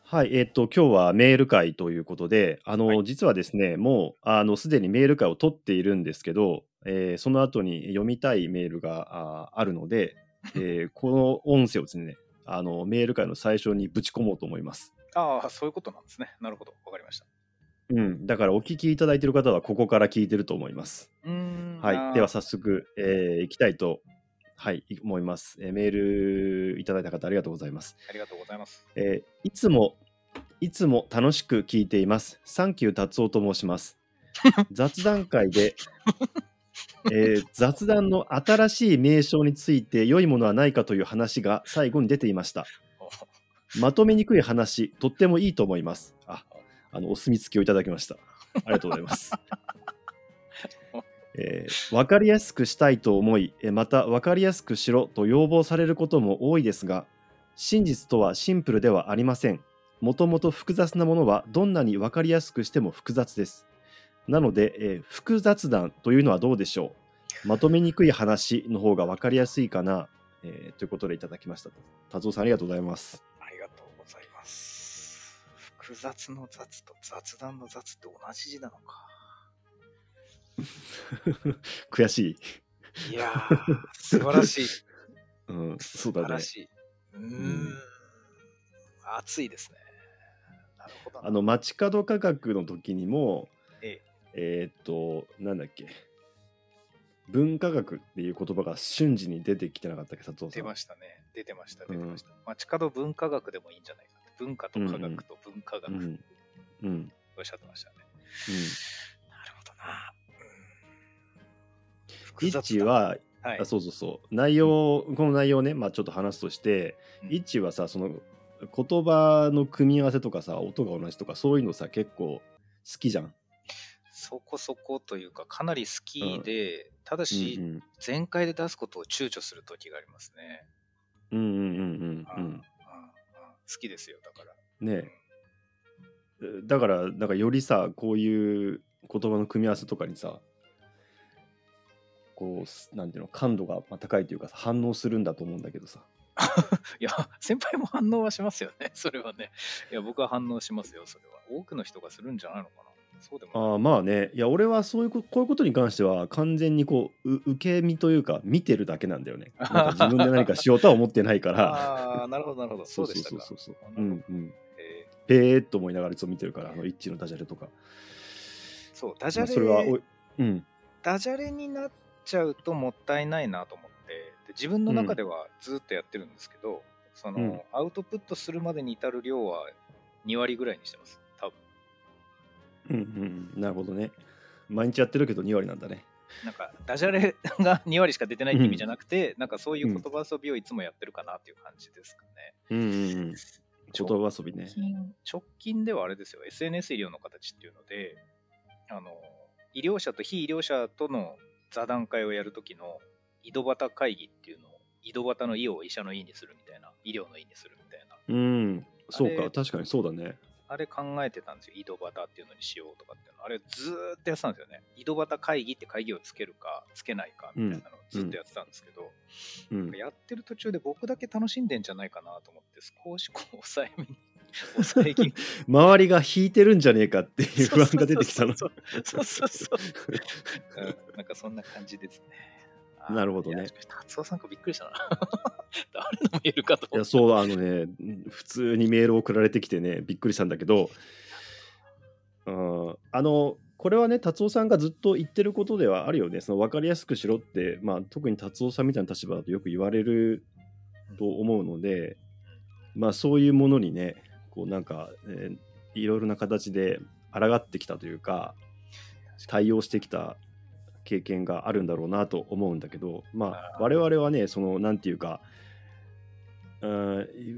はい、今日はメール会ということで、 はい。 実はですね、もう、すでにメール会を取っているんですけど、その後に読みたいメールがあるので、この音声をですね、メール会の最初にぶち込もうと思います。 ああ、そういうことなんですね。なるほど。わかりました。 うん、だからお聞きいただいている方はここから聞いてると思います。 うーん、 はい、ではあ早速、いきたいと、はい、思います。メールいただいた方ありがとうございます。 ありがとうございます。 いつも楽しく聞いています。サンキュー達夫と申します。雑談会で、雑談の新しい名称について良いものはないかという話が最後に出ていました。 おまとめにくい話、とってもいいと思います。お墨付きをいただきました。ありがとうございます。わかりやすくしたいと思い、またわかりやすくしろと要望されることも多いですが、真実とはシンプルではありません。もともと複雑なものはどんなにわかりやすくしても複雑です。なので、複雑談というのはどうでしょう。まとめにくい話の方がわかりやすいかな、ということでいただきました。達夫さんありがとうございます。 ありがとうございます。複雑の雑と雑談の雑って同じ字なのか。 悔しい。 いやー、素晴らしい。 うん、そう素だね。 晴らしい。 うん、 熱いですね。なるほどな。 街角価格の時にも、 えなんだっけ、文化学っていう言葉が瞬時に出てきてなかったっけ、佐藤さん。 出ましたね。出てました、 うん、 出てました。街角文化学でもいいんじゃないかって。文化とうん、う科学ん、 と文化学うん、うん、 おっしゃってましたね。 うん。 なるほどな。複雑だ。 一は、 はい。 そうそうそう、 うん。 この内容をね、ちょっと話すとして、 うん。 一はさ、その言葉の組み合わせとかさ、音が同じとか、そういうのさ、結構好きじゃん。 そこそこというか、かなり好うん、 きで、ただうん、うし、 ん、 全開で出すことを躊躇する時がありますね。 うん、うん、うん、うん。 好きですよ、だから。 ねえ、だから、なんかよりさ、こういう言葉の組み合わせとかにさ、こう、なんていうの、感度が高いというかさ、反応するんだと思うんだけどさ。 いや、先輩も反応はしますよね、それはね。いや、僕は反応しますよ、それは。多くの人がするんじゃないのかな。そうでもない。 まあね、いや、俺はこういうことに関しては、完全に受け身というか、見てるだけなんだよね。なんか自分で何かしようとは思ってないから。 ああ、なるほど、なるほど。 そうそうそうでしたか。 そうそうそう。 あ、なるほど。 うんうん。 えへーっと思いながらいつも見てるから、一致のダジャレとか。 そう、ダジまあ、それはャレ、 うん、 ダジャレになっちゃうともったいないなと思って、で自分のうん、 中ではずっとやってるんですけど、そうん、 のアウトプットするまでに至る量は2割ぐらいにしてます、多分。 うん、うん、なるほどね。毎日やってるけど2割なんだね。 なんかダジャレが2割しか出てないって意味じゃうん、 なくて、なんかそういううん、 言葉遊びをいつもやってるかなっていう感じですかね。 うん、うん、うん。言直葉遊びね。 直近ではあれですよ、SNS 医療の形っていうので、あの医療者と非医療者との座談会をやるときの井戸端会議っていうのを、井戸端の医を医者の医にするみたいな、医療の医にするみたいな、 うん、そうか、 あれ、 確かにそうだね。 あれ考えてたんですよ。井戸端っていうのにしようとかっていうの。あれずーっとやってたんですよね。井戸端会議って会議をつけるかつけないかみたいうん、 なのをうん、 ずっとやってたんですけど、 うん。 やってる途中で僕だけ楽しんでんじゃないかなと思って、少しこう抑えめに、抑え気味に。 周りが引いてるんじゃねえかっていう不安そうそうそうが出てきたの。 そうそう。そうそうそう。なんかそんな感じですね。いや、しなるほどね。 かし、達夫さんかびっくりしたな。誰のメールかといや、 思った。 そう、普通にメールを送られてきてね、びっくりしたんだけど、これはね、達夫さんがずっと言ってることではあるよね。その分かりやすくしろって、特に達夫さんみたいな立場だとよく言われるうんうんと思うので、そういうものにね、こうなんか、いろいろな形で抗ってきたというか、 確かに。 対応してきた経験があるんだろうなと思うんだけど、我あ 々はね、その、なんていうか、うん、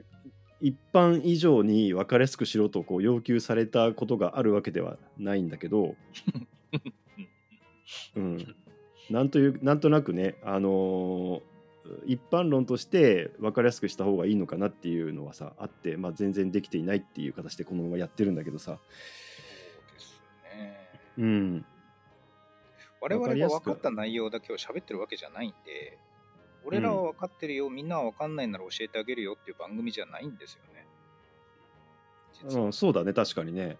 一般以上に分かりやすくしろとこう要求されたことがあるわけではないんだけど、 ーうんうん、なんとなくね、一般論として分かりやすくした方がいいのかなっていうのはさあって、全然できていないっていう形でこのままやってるんだけどさ、 そうですね。 うん、 我分か 々が分かっりやすく、 た内容だけを喋ってるわけじゃないんで、俺らうん、 は分かってるよ、みんなは分かんないなら教えてあげるよっていう番組じゃないんですよね。 実は。 そうだね、確かにね。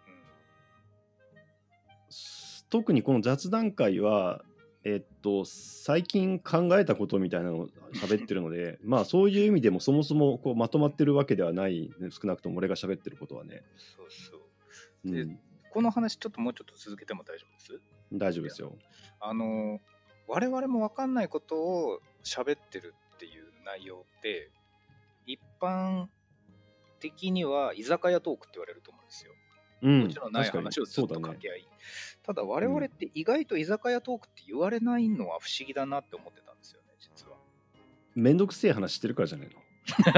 特にこの雑談会は、最近考えたことみたいなのを喋ってるので、まあそういう意味でもそもそもこうまとまってるわけではない、ね、少なくとも俺が喋ってることはね。 そうそう。で、 うん、 この話ちょっともうちょっと続けても大丈夫です？ 大丈夫ですよ。 我々も分かんないことを喋ってるっていう内容って一般的には居酒屋トークって言われると思うんですよ。もちろんない確かに話をずっそうだね。 と掛け合い。ただ我々って意外と居酒屋トークって言われないのは不思議だなって思ってたんですよね、実は。 めんどくせえ話してるからじゃないの。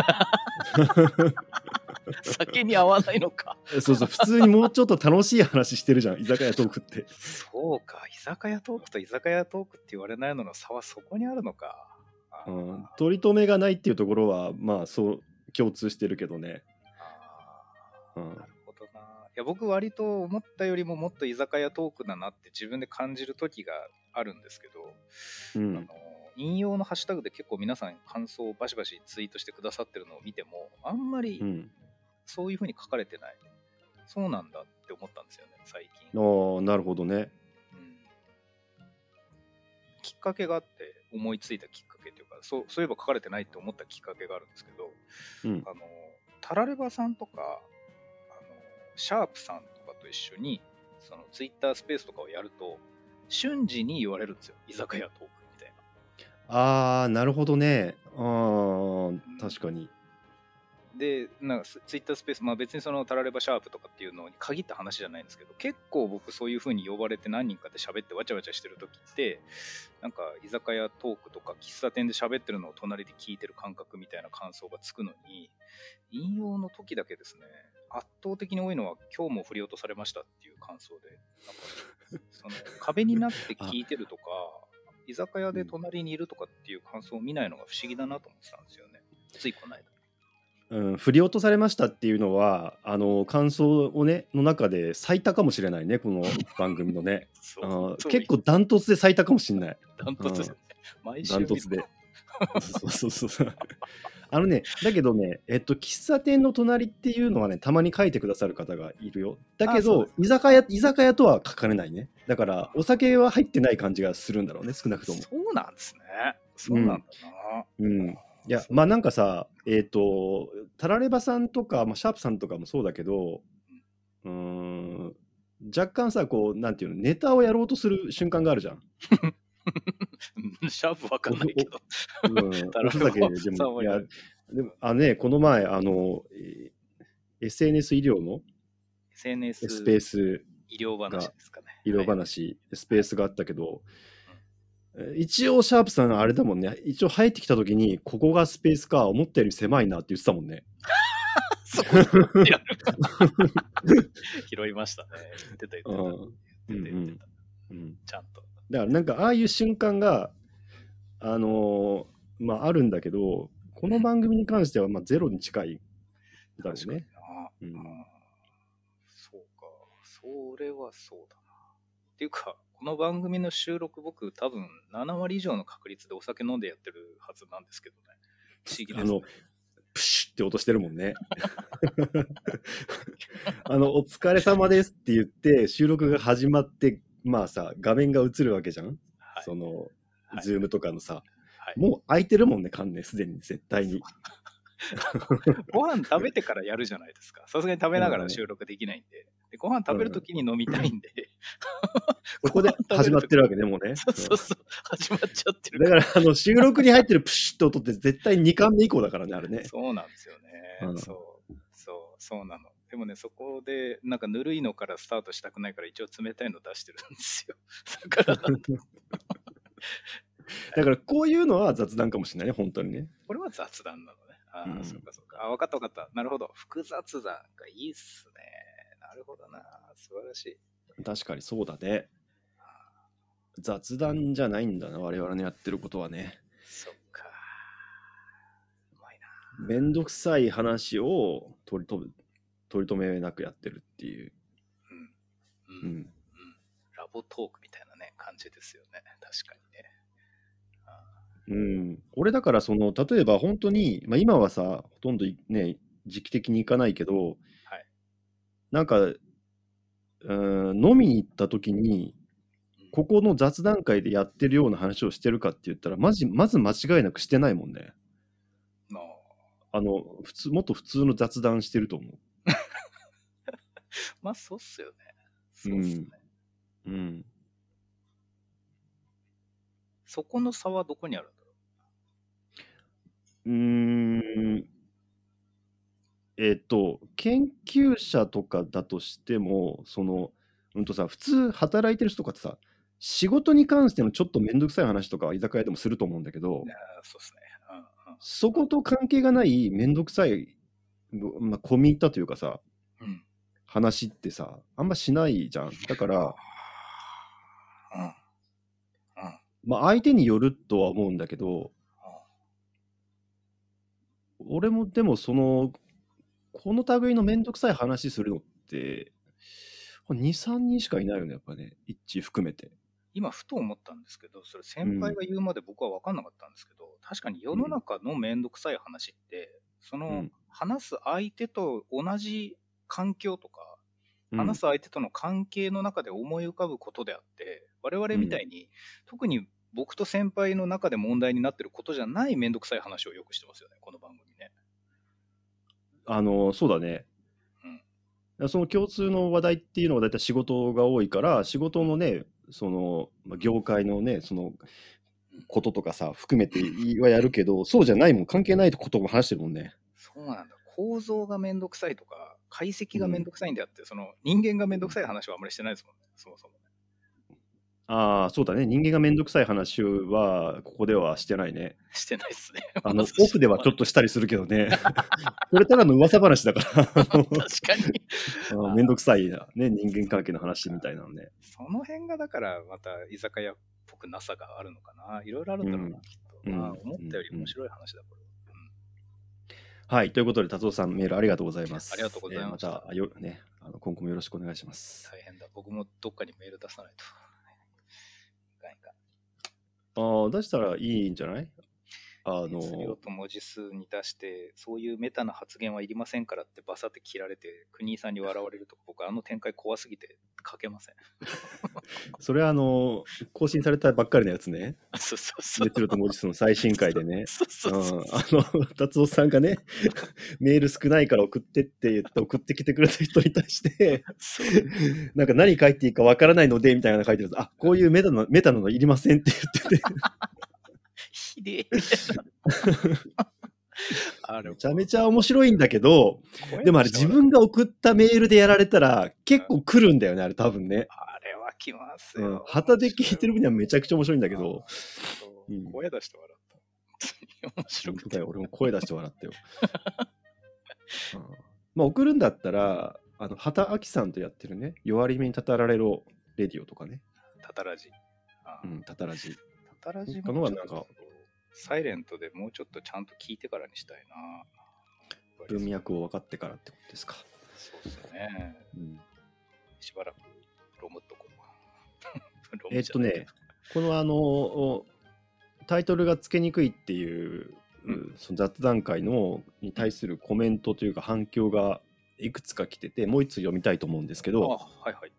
酒に合わないのか。 そうそう、普通にもうちょっと楽しい話してるじゃん、居酒屋トークって。 そうか、居酒屋トークと居酒屋トークって言われないのの差はそこにあるのか。 取り留めがないっていうところはまあそう共通してるけどね。 なるほどな。いや僕割と思ったよりももっと居酒屋トークだなって自分で感じる時があるんですけど、引用のハッシュタグで結構皆さん感想をバシバシツイートしてくださってるのを見てもあんまりそういう風に書かれてない、そうなんだって思ったんですよね最近。 なるほどね。 きっかけがあって思いついたきっかけというか、そういえば書かれてないって思ったきっかけがあるんですけど、タラレバさんとかシャープさんとかと一緒にそのツイッタースペースとかをやると瞬時に言われるんですよ、居酒屋トークみたいな。 なるほどね。確かに。 でなんかツイッタースペース、まあ別にそのタラレバシャープとかっていうのに限った話じゃないんですけど、結構僕そういう風に呼ばれて何人かで喋ってわちゃわちゃしてる時ってなんか居酒屋トークとか喫茶店で喋ってるのを隣で聞いてる感覚みたいな感想がつくのに、引用の時だけですね、圧倒的に多いのは今日も振り落とされましたっていう感想で、なんかその壁になって聞いてるとか居酒屋で隣にいるとかっていう感想を見ないのが不思議だなと思ってたんですよね、ついこの間。 振り落とされましたっていうのは感想をねの中で最多かもしれないね、この番組のね。結構ダントツで最多かもしれない。 ダントツですね。毎週ダントツで。そうだけどね、喫茶店の隣っていうのはね、たまに書いてくださる方がいるよ。だけど居酒屋とは書かれないね。だからお酒は入ってない感じがするんだろうね、少なくとも。 そうなんですね。そうなんだな。 いや、まあなんかさ、タラレバさんとか、シャープさんとかもそうだけど、若干さ、こう、なんていうの、ネタをやろうとする瞬間があるじゃん。 シャープわかんないけど。 おふざけでも、いや、でも、この前、SNS 医療の SNS スペース医療話ですかね。 医療話、スペースがあったけど、一応シャープさんあれだもんね、一応入ってきた時にここがスペースか思ったより狭いなって言ってたもんね。 そこでやる拾いましたね。言ってた。ちゃんと。 だからなんかああいう瞬間があるんだけど、この番組に関してはゼロに近いだろうね。 そうか、それはそうだな。っていうか、この番組の収録、僕、多分7割以上の確率でお酒飲んでやってるはずなんですけどね。不思議ですね。 プシュって音してるもんね。お疲れ様ですって言って、収録が始まって、まあさ、画面が映るわけじゃん。その、ズームとかのさ、もう空いてるもんね、缶ね、すでに、絶対に。 ご飯食べてからやるじゃないですか。さすがに食べながら収録できないんで。でご飯食べるときに飲みたいんで。 そこで始まってるわけね、もうね。 そう始まっちゃってる。 だから収録に入ってるプシュッと音って絶対2巻目以降だからね、あれね。 そうなんですよね。そうなの。でもね、そこでなんかぬるいのからスタートしたくないから一応冷たいの出してるんですよ。 だからこういうのは雑談かもしれないね、本当にね。 これは雑談なのね。そうか。分かった。なるほど。複雑談がいいっすね。なるほどな。素晴らしい。 確かにそうだね。雑談じゃないんだな、我々のやってることはね。 そっか。うまいな。 めんどくさい話を取り留めなくやってるっていう。 ラボトークみたいなね、感じですよね。確かにね。 俺だから例えば本当に、今はさほとんどね時期的に行かないけど、 なんか、飲みに行った時に、ここの雑談会でやってるような話をしてるかって言ったら、まず間違いなくしてないもんね。 まあ、 もっと普通の雑談してると思う。 まあ、そうっすよね。 うそうっすね。 ん。うん。 そこの差はどこにあるんだろうーん。研究者とかだとしても、普通働いてる人とかってさ、仕事に関してのちょっとめんどくさい話とかは居酒屋でもすると思うんだけど、 う。いやー、そうっすね。 そこと関係がないめんどくさい、込み入ったというかさ、 うん。うん。 話ってさ、あんましないじゃん。だかあら、 あ。うん。うん。 相手によるとは思うんだけど、俺もでもこの類のめんどくさい話するのって、2、3人しかいないよね、やっぱね。一致含めて。 今、ふと思ったんですけど、それうん。 先輩が言うまで僕は分かんなかったんですけど、確かに世のうん。 中のめんどくさい話って、そのうん。 話す相手と同じ環境とか、 うん。 話す相手との関係の中で思い浮かぶことであって、我々 うん。 みたいに、特に僕と先輩の中で問題になってることじゃないめんどくさい話をよくしてますよね、この番組ね。 そうだね。 うん。 その共通の話題っていうのはだいたい仕事が多いから、仕事のね、業界のね、こととかさ、含めてはやるけど、そうじゃないもん、関係ないことも話してるもんね。 そうなんだ。構造がめんどくさいとか、解析うん。 がめんどくさいんであって、その人間がめんどくさい話はあんまりしてないですもんね、そもそもね。 ああ、そうだね。人間がめんどくさい話は、ここではしてないね。 してないですね。まずオフではちょっとしたりするけどね。それただの噂話だから、 確かに。 めんどくさいな、ね、人間関係の話みたいなのね。 その辺がだからまた居酒屋っぽくなさがあるのかな。いろいろあるんだろうな、 うん。 きっと。 うん。 思ったよりうん。 面白い話だ、これは。 はい。ということで、達夫さん、メールありがとうございまありがとうす。 ございました。 今後もよろしくお願いします。 大変だ。僕もどっかにメール出さないと。いかんいかん。 出したらいいんじゃない？ 熱量と文字数に出して、そういうメタな発言はいりませんからってバサって切られて、国井さんに笑われるとか、僕あの展開怖すぎて書けません。 それは更新されたばっかりのやつね。 そうそうそう。 熱量と文字数の最新回でね。 そうそうそう。 達夫さんがね、メール少ないから送ってって言って送ってきてくれた人に対して、なんか何書いていいかわからないので、みたいなの書いてると、あ、こういうメタなのいりませんって言ってて。 ひでえ。 めちゃめちゃ面白いんだけど、でもあれ自自分が送ったメールでやられたら結構来るんだよね、あれ多分ね。 あれは来ますよ。 旗で聞いてる分にはめちゃくちゃ面白いんだけど。 声出して笑った。面白くて。 本当だよ、俺も声出して笑ったよ。送るんだったら、畑明さんとやってるね、弱り目にたたられろレディオとかね。 タタラジ。 タタラジ。 タタラジ他のはなんか、 サイレントでもうちょっとちゃんと聞いてからにしたいな。 文脈を分かってからってことですか。 そうですね。しばらくロムっとこう。このタイトルがつけにくいっていう、その雑談会に対するコメントというか反響がいくつか来てて、もう一つ読みたいと思うんですけど、 はいはい。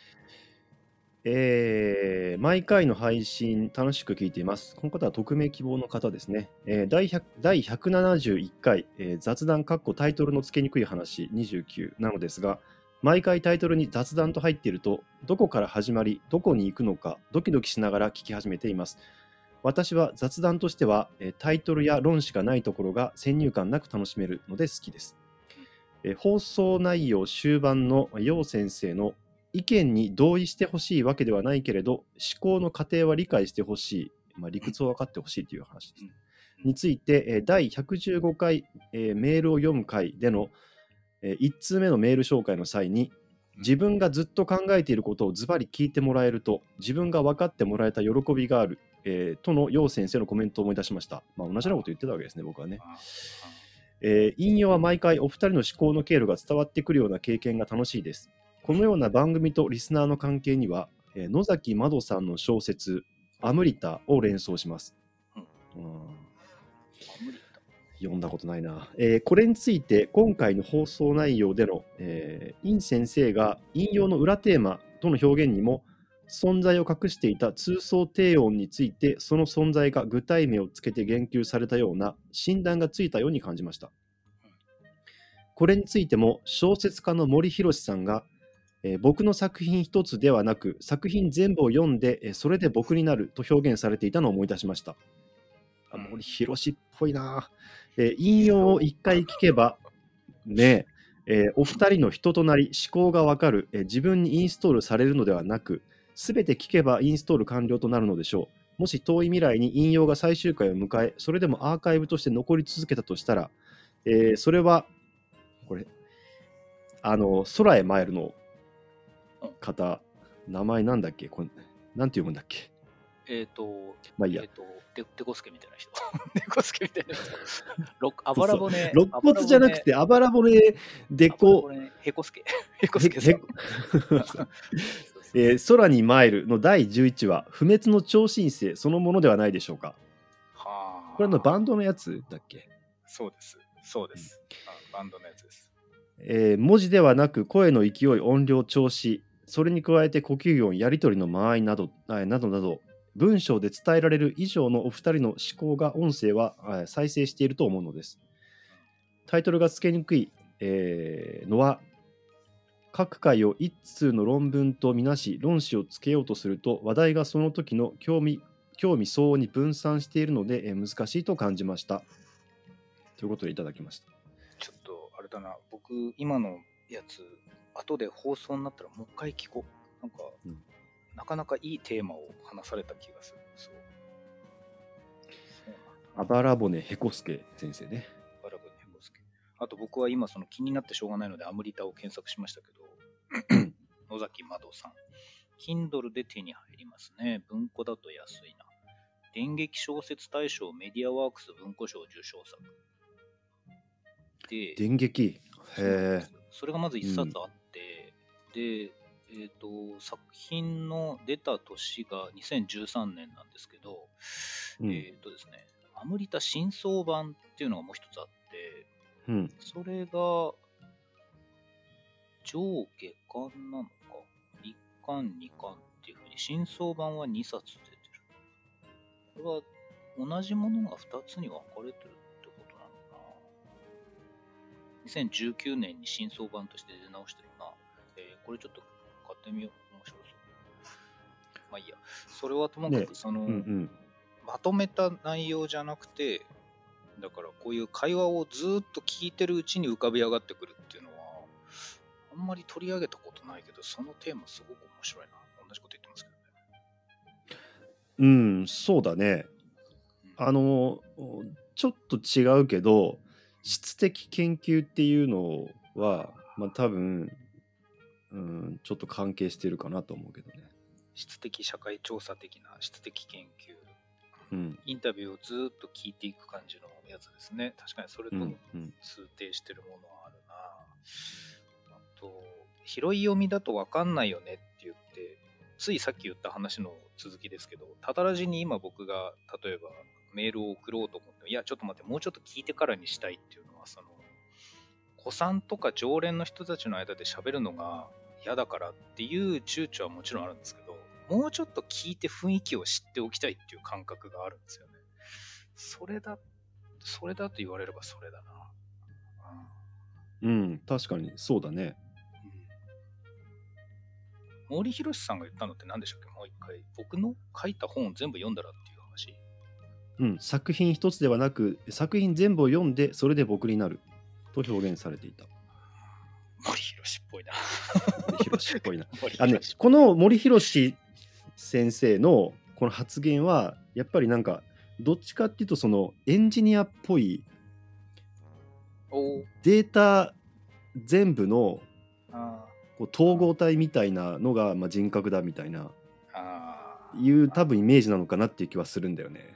毎回の配信楽しく聞いています。この方は匿名希望の方ですね。第171回、雑談タイトルのつけにくい話29なのですが、毎回タイトルに雑談と入っていると、どこから始まり、どこに行くのか、ドキドキしながら聞き始めています。私は雑談としては、タイトルや論しかないところが先入観なく楽しめるので好きです。放送内容終盤の楊先生の意見に同意してほしいわけではないけれど、思考の過程は理解してほしい、理屈を分かってほしいという話です。について、第115回、メールを読む回での、1通目のメール紹介の際に、自分がずっと考えていることをズバリ聞いてもらえると、自分が分かってもらえた喜びがある、との楊先生のコメントを思い出しました。同じようなこと言ってたわけですね、僕はね。引用は毎回お二人の思考の経路が伝わってくるような経験が楽しいです。このような番組とリスナーの関係には、野崎まどさんの小説「アムリタ」を連想します。 読んだことないな。これについて今回の放送内容での、イン先生が引用の裏テーマとの表現にも存在を隠していた通奏低音についてその存在が具体名をつけて言及されたような診断がついたように感じました。これについても小説家の森博さんが、僕の作品一つではなく作品全部を読んで、それで僕になると表現されていたのを思い出しました。森博っぽいな。引用を一回聞けばね、お二人の人となり思考がわかる、自分にインストールされるのではなくすべて聞けばインストール完了となるのでしょう。もし遠い未来に引用が最終回を迎えそれでもアーカイブとして残り続けたとしたら、それはこれ空へ参るの方名前なんだっけ、これなんて読むんだっけ。まあいいや。 デコスケみたいな人。デコスケみたいな人。あばら骨。 肋骨じゃなくてあばら骨デコ。 ヘコスケ。ヘコスケさん。 空に参るの第11話不滅の超新星そのものではないでしょうか。 はあ。 これのバンドのやつだっけ。 そうです。そうです。バンドのやつです。 文字ではなく声の勢い音量調子それに加えて呼吸音やり取りの間合いなどなど文章で伝えられる以上のお二人の思考が音声は再生していると思うのです。タイトルがつけにくい、のは各回を一通の論文とみなし論旨をつけようとすると話題がその時の興味相応に分散しているので、難しいと感じましたということでいただきました。 ちょっとあれだな、僕今のやつ後で放送になったらもう一回聞こう。なんか、なかなかいいテーマを話された気がする。そうあばら骨ヘコスケ先生ね。 あばら骨ヘコスケ。あと僕は今その気になってしょうがないのでアムリタを検索しましたけど野崎まどさん Kindle で手に入りますね。文庫だと安いな。電撃小説大賞メディアワークス文庫賞受賞作で、 電撃それがまず一冊あって、で作品の出た年が2013年なんですけど、ですね、アムリタ新装版っていうのがもう一つあって、それが上下巻なのか1巻2巻っていう風に新装版は2冊出てる。これは同じものが2つに分かれてるってことなのかな。2019年に新装版として出直してるな。これちょっと買ってみよう。面白そう。まあいいや。それはともかくまとめた内容じゃなくて、だからこういう会話をずっと聞いてるうちに浮かび上がってくるっていうのはあんまり取り上げたことないけど、そのテーマすごく面白いな。同じこと言ってますけどね。 そうだね。ちょっと違うけど質的研究っていうのは、多分ちょっと関係してるかなと思うけどね。 質的社会調査的な質的研究、インタビューをずっと聞いていく感じのやつですね。確かにそれとも通底してるものはあるな。あと広い読みだと分かんないよねって言ってついさっき言った話の続きですけど、たたらじに今僕が例えばメールを送ろうと思って、いやちょっと待ってもうちょっと聞いてからにしたいっていうのは、その古参とか常連の人たちの間で喋るのが嫌だからっていう躊躇はもちろんあるんですけど、もうちょっと聞いて雰囲気を知っておきたいっていう感覚があるんですよね。それだと言われればそれだな。確かにそうだね。 森博さんが言ったのって何でしたっけ。もう一回僕の書いた本を全部読んだらっていう話。 作品一つではなく作品全部を読んでそれで僕になると表現されていた。 森博っぽいな。 森博っぽいな。この森博先生のこの発言はやっぱりなんかどっちかっていうとそのエンジニアっぽいデータ全部のこう統合体みたいなのが人格だみたいないう多分イメージなのかなっていう気はするんだよね。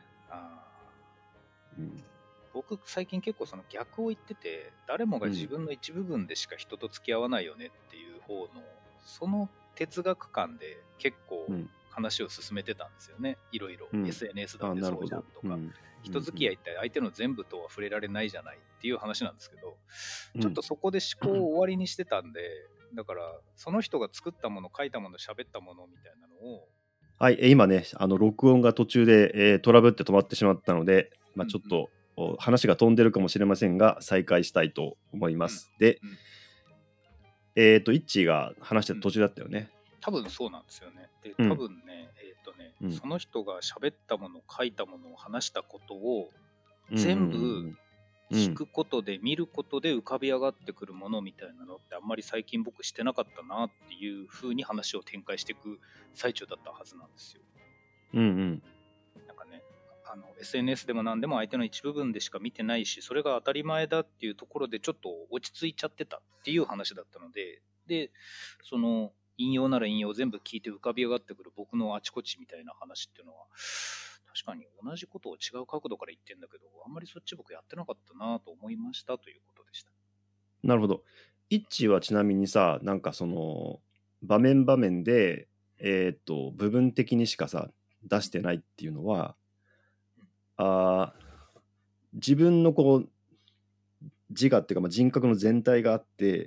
僕最近結構その逆を言ってて、誰もが自分の一部分でしか人と付き合わないよねっていう方のその哲学観で結構話を進めてたんですよね。いろいろ、 うん SNS だってなるほそうじゃんとか、 ど。 人付き合いって相手の全部とは触れられないじゃないっていう話なんですけど、 うんちょっとそこで思考を終わりにしてたんで、だからその人が作ったもの、書いたもの、喋ったものみたいなのを、 はい、今ね、録音が途中で、トラブって止まってしまったので、 うんちょっと話が飛んでるかもしれませんが、再開したいと思いまうんす。で、 うんイッチーが話してうんた途中だったよね。 多分そうなんですよね。で、 うん多分ね、 うんその人が喋ったもの、書いたものを話したことをうん全部うん聞くことで、見ることで浮かび上がってくるものみたいなのってあんまり最近僕してなかったなっていう風に話を展開していく最中だったはずなんですよ。 うんうんなんかね、SNS でも何でも相手の一部分でしか見てないし、それが当たり前だっていうところでちょっと落ち着いちゃってたっていう話だったので、で、その引用なら引用全部聞いて浮かび上がってくる僕のあちこちみたいな話っていうのは、確かに同じことを違う角度から言ってんだけど、あんまりそっち僕やってなかったなと思いましたということでした。 なるほど。イッチーはちなみにさ、なんかその場面場面で、部分的にしかさ、出してないっていうのは、あー自分のこう自我っていうか、人格の全体があって、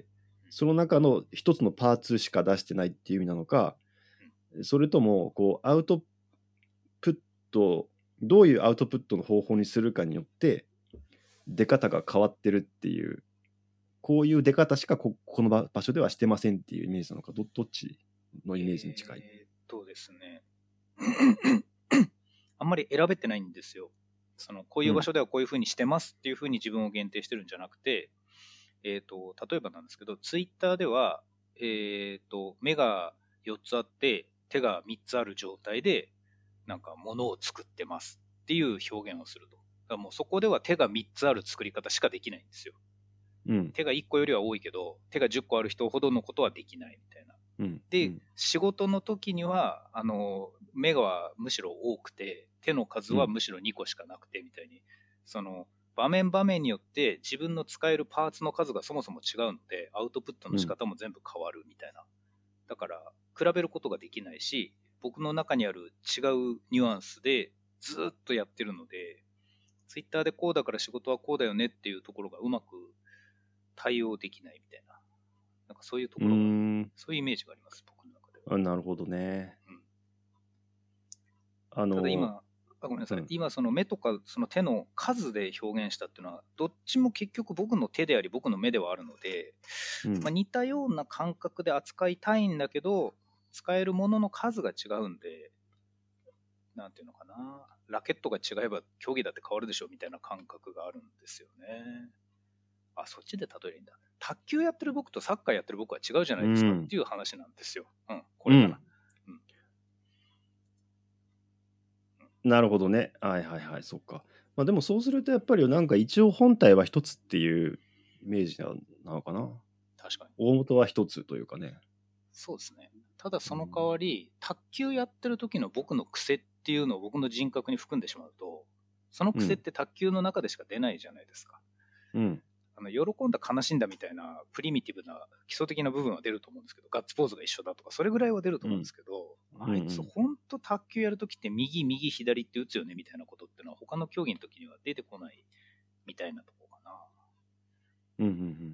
その中の一つのパーツしか出してないっていう意味なのか、それともこうアウトプット、どういうアウトプットの方法にするかによって出方が変わってるっていう、こういう出方しかこの場所ではしてませんっていうイメージなのか、どっちのイメージに近い？ ですね、あんまり選べてないんですよ。こういう場所ではこういうふうにしてますっていうふうに自分を限定してるんじゃなくて、例えばなんですけど、ツイッターでは、目が4つあって手が3つある状態でなんか物を作ってますっていう表現をすると。だからもうそこでは手が3つある作り方しかできないんですよ。手が1個よりは多いけど、手が10個ある人ほどのことはできないみたいな。で、仕事の時には、目がむしろ多くて、手の数はむしろ2個しかなくてみたいに、場面場面によって自分の使えるパーツの数がそもそも違うので、アウトプットの仕方も全部変わるみたいな。だから、比べることができないし、僕の中にある違うニュアンスでずっとやってるので、ツイッターでこうだから仕事はこうだよねっていうところがうまく対応できないみたいな。なんかそういうところが、そういうイメージがあります、僕の中では。 なるほどね。 ただ今、ごめんなさい、今その目とかその手の数で表現したっていうのは、どっちも結局僕の手であり僕の目ではあるので、似たような感覚で扱いたいんだけど、使えるものの数が違うんで、なんていうのかな、ラケットが違えば競技だって変わるでしょみたいな感覚があるんですよね。あ、そっちで例えるんだ。卓球やってる僕とサッカーやってる僕は違うじゃないですかっていう話なんですよ。これかな。 なるほどね。はいはいはい、そっか。でもそうするとやっぱりなんか一応本体は一つっていうイメージなのかな。 確かに。 大元は一つというかね。 そうですね。ただその代わり、卓球やってる時の僕の癖っていうのを僕の人格に含んでしまうと、その癖って卓球の中でしか出ないじゃないですか。喜んだ悲しんだみたいなプリミティブな基礎的な部分は出ると思うんですけど、ガッツポーズが一緒だとかそれぐらいは出ると思うんですけど、あいつほんと卓球やるときって右右左って打つよねみたいなことっていうのは他の競技の時には出てこないみたいなところかな。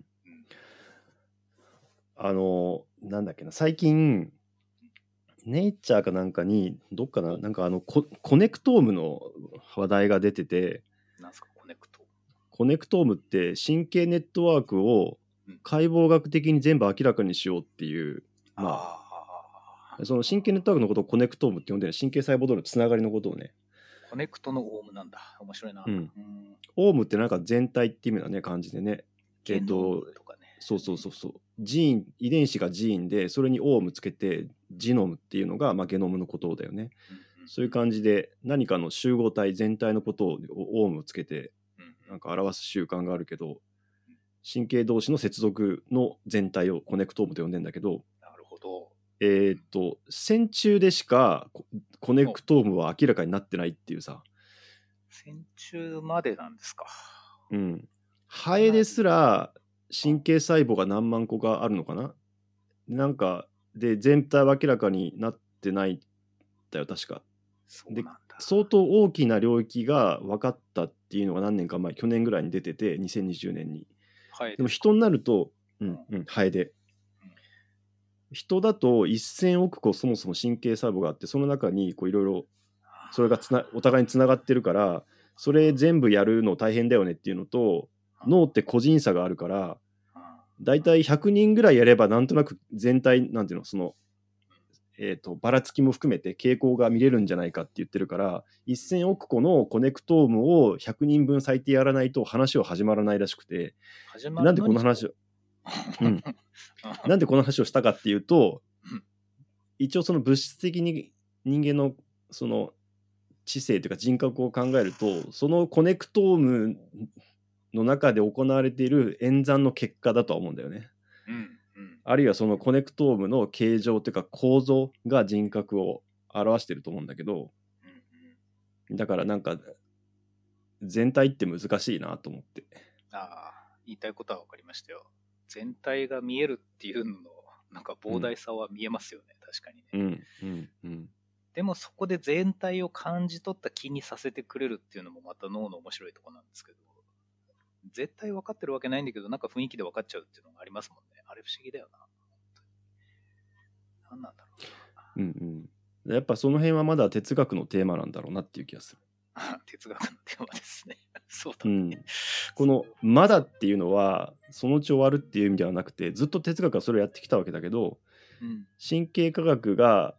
なんだっけな、最近ネイチャーかなんかにどっかな、なんかコネクトームの話題が出てて、 なんすかコネクトーム。 コネクトームって神経ネットワークを解剖学的に全部明らかにしようっていう、その神経ネットワークのことをコネクトームって呼んでる、神経細胞同士のつながりのことをね。 コネクトのオウムなんだ。面白いな。 オウムってなんか全体って意味だね、感じでね。 ゲノムとかね。 そう。遺伝子がジーンで、それにオウムつけて、ジノムっていうのが、ゲノムのことだよね。そういう感じで、何かの集合体全体のことをオウムつけて、なんか表す習慣があるけど、神経同士の接続の全体をコネクトームと呼んでんだけど、 なるほど。 線虫でしかコネクトームは明らかになってないっていうさ。 線虫までなんですか。 ハエですら神経細胞が何万個かあるのかな。なんかで全体は明らかになってないったよ確か。でそうなんだ。 相当大きな領域が分かったっていうのが何年か前、去年ぐらいに出てて、2020年に。でも人になると、ハエで。人だと1000億個そもそも神経細胞があって、その中にこういろいろそれがお互いにつながってるから、それ全部やるの大変だよねっていうのと、脳って個人差があるから、だいたい100人ぐらいやればなんとなく全体なんていうの、そのばらつきも含めて傾向が見れるんじゃないかって言ってるから、1000億個のコネクトームを100人分最低やらないと話は始まらないらしくて、なんでこの話をなんでこの話をしたかっていうと、一応その物質的に人間のその知性というか人格を考えると、そのコネクトームの中で行われている演算の結果だとは思うんだよね。あるいはそのコネクトームの形状というか構造が人格を表してると思うんだけど、だからなんか全体って難しいなと思って。 言いたいことは分かりましたよ。全体が見えるっていうののなんか膨大さは見えますよね、確かにね。でもそこで全体を感じ取った気にさせてくれるっていうのもまた脳の面白いところなんですけど、絶対分かってるわけないんだけど、なんか雰囲気で分かっちゃうっていうのがありますもんね。あれ不思議だよな。何なんだろう。やっぱその辺はまだ哲学のテーマなんだろうなっていう気がする。 哲学のテーマですね。そうだね。 このまだっていうのはそのうち終わるっていう意味ではなくて、ずっと哲学はそれをやってきたわけだけど、神経科学が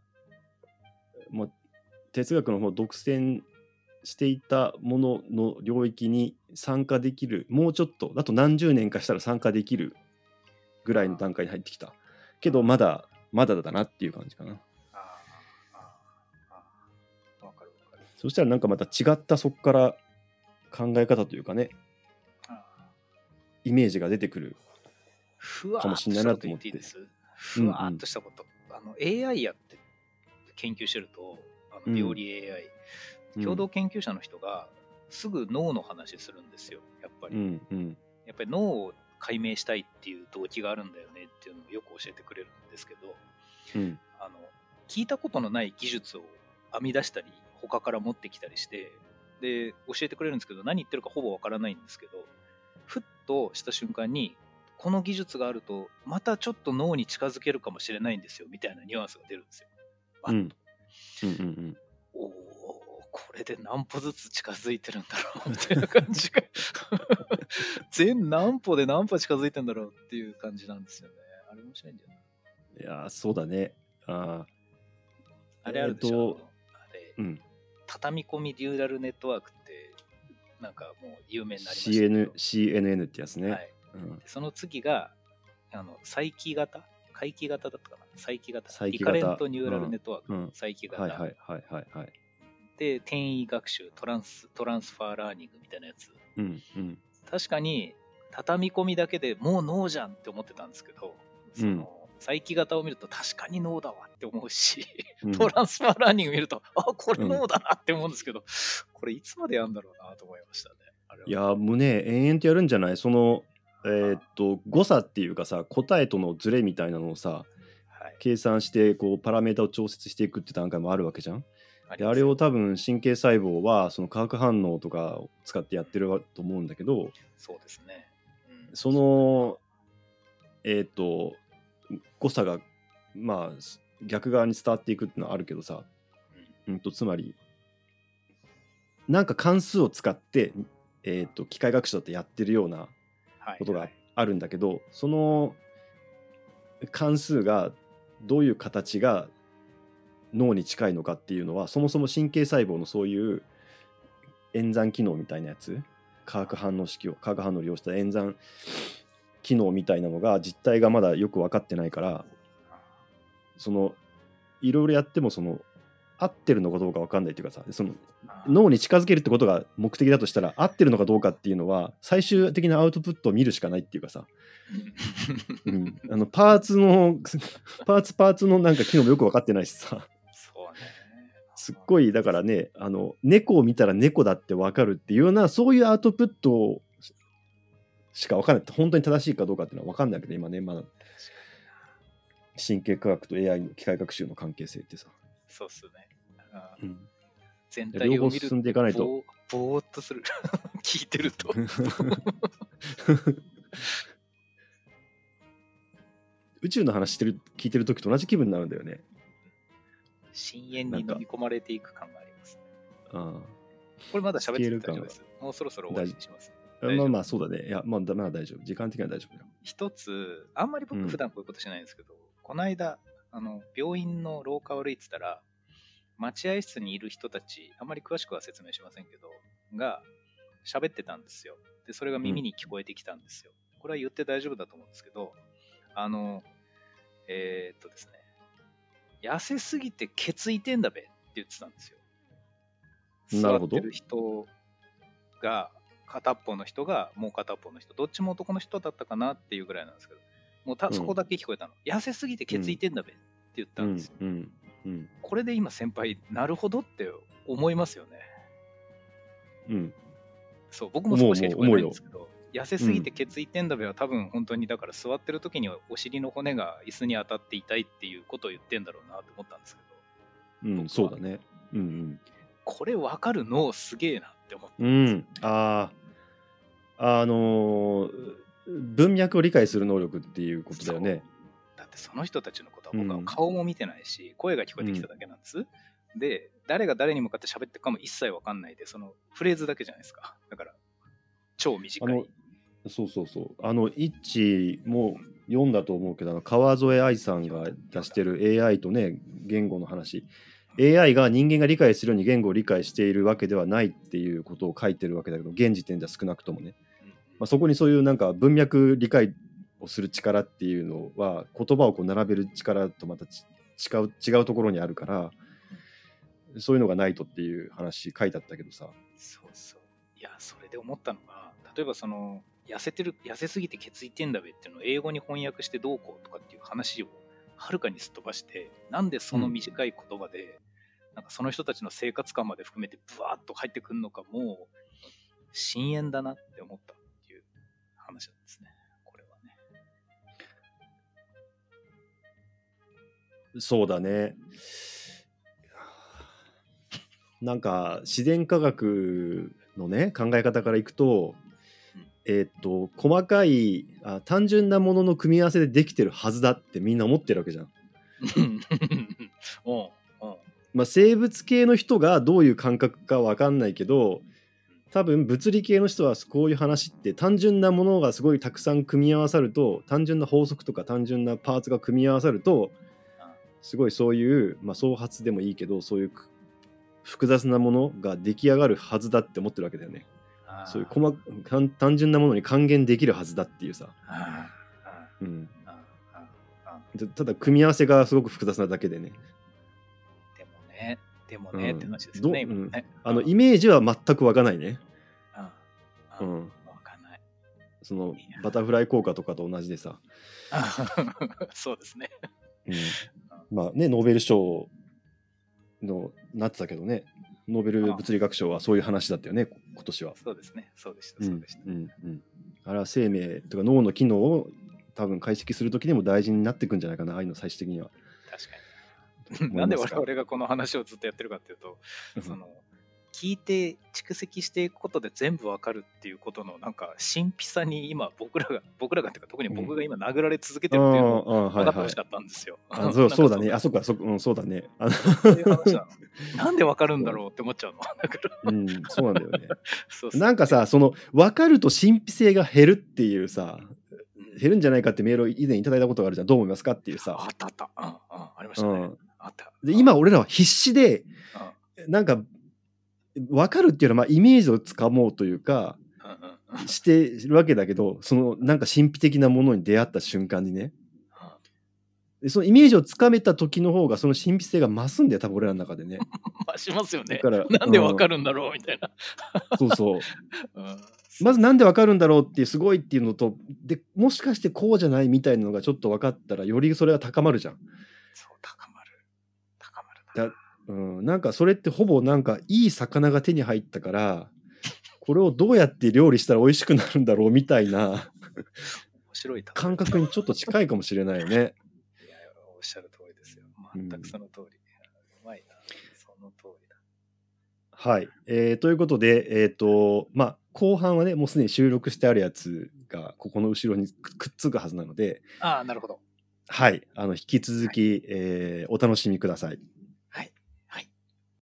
哲学の方を独占していたものの領域に参加できる、もうちょっとあと何十年かしたら参加できるぐらいの段階に入ってきたけど、まだだなっていう感じかな。そしたらなんかまた違ったそこから考え方というかね、イメージが出てくるかもしれないなと思って。 ふわーっとしたこと。AI やって研究してると、病理 AI、共同研究者の人がすぐ脳の話するんですよ、やっぱり。やっぱり脳を解明したいっていう動機があるんだよねっていうのをよく教えてくれるんですけど、聞いたことのない技術を編み出したり、他から持ってきたりして、で、教えてくれるんですけど、何言ってるかほぼわからないんですけど、ふっとした瞬間に、この技術があると、またちょっと脳に近づけるかもしれないんですよ、みたいなニュアンスが出るんですよ。バッと。おー、これで何歩ずつ近づいてるんだろうみたいな感じが全何歩で何歩近づいてんだろうっていう感じなんですよね。あれ面白いんじゃない？ いやそうだね。 あれあるでしょ、畳み込みデューラルネットワークってなんかもう有名になりましたけど、 CNN ってやつね。 その次が再帰型回帰型だったかな、再帰型、リカレントニューラルネットワーク、再帰型で、転移学習、トランスファーラーニングみたいなやつ、確かに畳み込みだけでもう脳じゃんって思ってたんですけど、その再帰型を見ると確かに脳だわって思うし、トランスファーラーニング見るとこれ脳だなって思うんですけど、これいつまでやるんだろうなと思いましたね。 いやもうね、延々とやるんじゃない？その誤差っていうかさ、答えとのズレみたいなのをさ、計算してこうパラメータを調節していくって段階もあるわけじゃん。であれを多分神経細胞はその化学反応とかを使ってやってると思うんだけど、 そうですね、 その誤差がまあ逆側に伝わっていくっていうのはあるけどさ、つまりなんか関数を使って機械学習だってやってるようなことがあるんだけど、その関数がどういう形が脳に近いのかっていうのは、そもそも神経細胞のそういう演算機能みたいなやつ、化学反応を利用した演算機能みたいなのが実態がまだよく分かってないから、そのいろいろやってもその合ってるのかどうか分かんないっていうかさ、その脳に近づけるってことが目的だとしたら合ってるのかどうかっていうのは最終的なアウトプットを見るしかないっていうかさ、パーツのなんか機能もよく分かってないしさ、すっごいだからね、猫を見たら猫だって分かるっていうようなそういうアウトプットしか分かんない。本当に正しいかどうかっていうのは分かんないけど今ね、まだ神経科学と AI の機械学習の関係性ってさ。 そうっすね。 うん、 全両体を見る方進んでいかないとぼーっとする聞いてると宇宙の話聞いてる時と同じ気分になるんだよね。 深淵に飲み込まれていく感がありますね。 あこれまだ喋ってて大丈夫です。もうそろそろ終わりにします。 まあまあそうだね。いや、まあ大丈夫。時間的には大丈夫よ。 一つ、あんまり僕普段こういうことしないんですけど、この間、病院の廊下を歩いてたら、待合室にいる人たち、あんまり詳しくは説明しませんけど、が喋ってたんですよ。で、それが耳に聞こえてきたんですよ。これは言って大丈夫だと思うんですけど、ですね、痩せすぎてケツいてんだべって言ってたんですよ。座ってる人が、片っぽの人がもう片っぽの人、どっちも男の人だったかなっていうぐらいなんですけど、もうそこだけ聞こえたの。痩せすぎてケツいてんだべって言ったんですよ。これで今先輩、なるほどって思いますよね。 うん。 そう、僕も少ししか聞こえないんですけど、痩せすぎてケツいてんだべは多分本当にだから座ってる時にお尻の骨が椅子に当たって痛いっていうことを言ってんだろうなと思ったんですけど。そうだね。これ分かるのすげえなって思ったんですよ。文脈を理解する能力っていうことだよね。 だってその人たちのことは僕は顔も見てないし、声が聞こえてきただけなんです。で、誰が誰に向かって喋ってるかも一切分かんないで、そのフレーズだけじゃないですか。だから超短い。 そう。イッチも読んだと思うけど、川添愛さんが出してる AI とね、言語の話。AI が人間が理解するように言語を理解しているわけではないっていうことを書いてるわけだけど、現時点では少なくともね。そこにそういうなんか文脈理解をする力っていうのは言葉をこう並べる力とまた違うところにあるから、そういうのがないとっていう話書いてあったけどさ。 そう。いや、それで思ったのが、例えばその痩せすぎてケツいてんだべっていうのを英語に翻訳してどうこうとかっていう話をはるかにすっ飛ばして、なんでその短い言葉で、なんかその人たちの生活感まで含めてブワーッと入ってくるのか、もう深淵だなって思ったっていう話なんですね。これはね。 そうだね。なんか自然科学のね考え方からいくと、細かい単純なものの組み合わせでできてるはずだってみんな思ってるわけじゃん。生物系の人がどういう感覚か分かんないけど、多分物理系の人はこういう話って単純なものがすごいたくさん組み合わさると、単純な法則とか単純なパーツが組み合わさると、すごいそういう、創発でもいいけどそういう複雑なものが出来上がるはずだって思ってるわけだよね。そういう単純なものに還元できるはずだっていうさ。ただ組み合わせがすごく複雑なだけでね。 でもねって話ですよね、今ね。 イメージは全く湧かないね。 湧かない。 そのバタフライ効果とかと同じでさ。 そうですね。 まあね、ノーベル賞のなってたけどね、ノーベル物理学賞はそういう話だったよね、今年は。 そうですね、そうでした。 あれは生命とか脳の機能を多分解析するときにも大事になってくんじゃないかな、ああいうの最終的には。 確かに。なんで我々がこの話をずっとやってるかっていうと、聞いて蓄積していくことで全部わかるっていうことのなんか神秘さに今僕らがっていうか特に僕が今殴られ続けてるっていうのを分かってほしかったんですよ。 そうだね。そうだね。 そういう話なの。なんでわかるんだろうって思っちゃうの。 そうなんだよね。なんかさ、その分かると神秘性が減るっていうさ、減るんじゃないかってメールを以前いただいたことがあるじゃん。どう思いますかっていうさ。 あった。ありましたね。あった。 で今俺らは必死でなんか分かるっていうのはイメージをつかもうというかしてるわけだけど、そのなんか神秘的なものに出会った瞬間にね、そのイメージをつかめた時の方がその神秘性が増すんだよ、多分俺らの中でね。 増しますよね。だからなんで分かるんだろうみたいな。 そう。まずなんで分かるんだろうっていうすごいっていうのと、でもしかしてこうじゃないみたいなのがちょっと分かったらよりそれは高まるじゃん。 そう、高まるなんかそれってほぼなんかいい魚が手に入ったからこれをどうやって料理したら美味しくなるんだろうみたいな面白い感覚にちょっと近いかもしれないよね。 いや、おっしゃる通りですよ。全くその通り。うまいな。 の通りだ。 はい。ということで、後半はね、もうすでに収録してあるやつが、ここの後ろにくっつくはずなので、 ああ、なるほど。 はい。引き続き、お楽しみください。 はい。はい。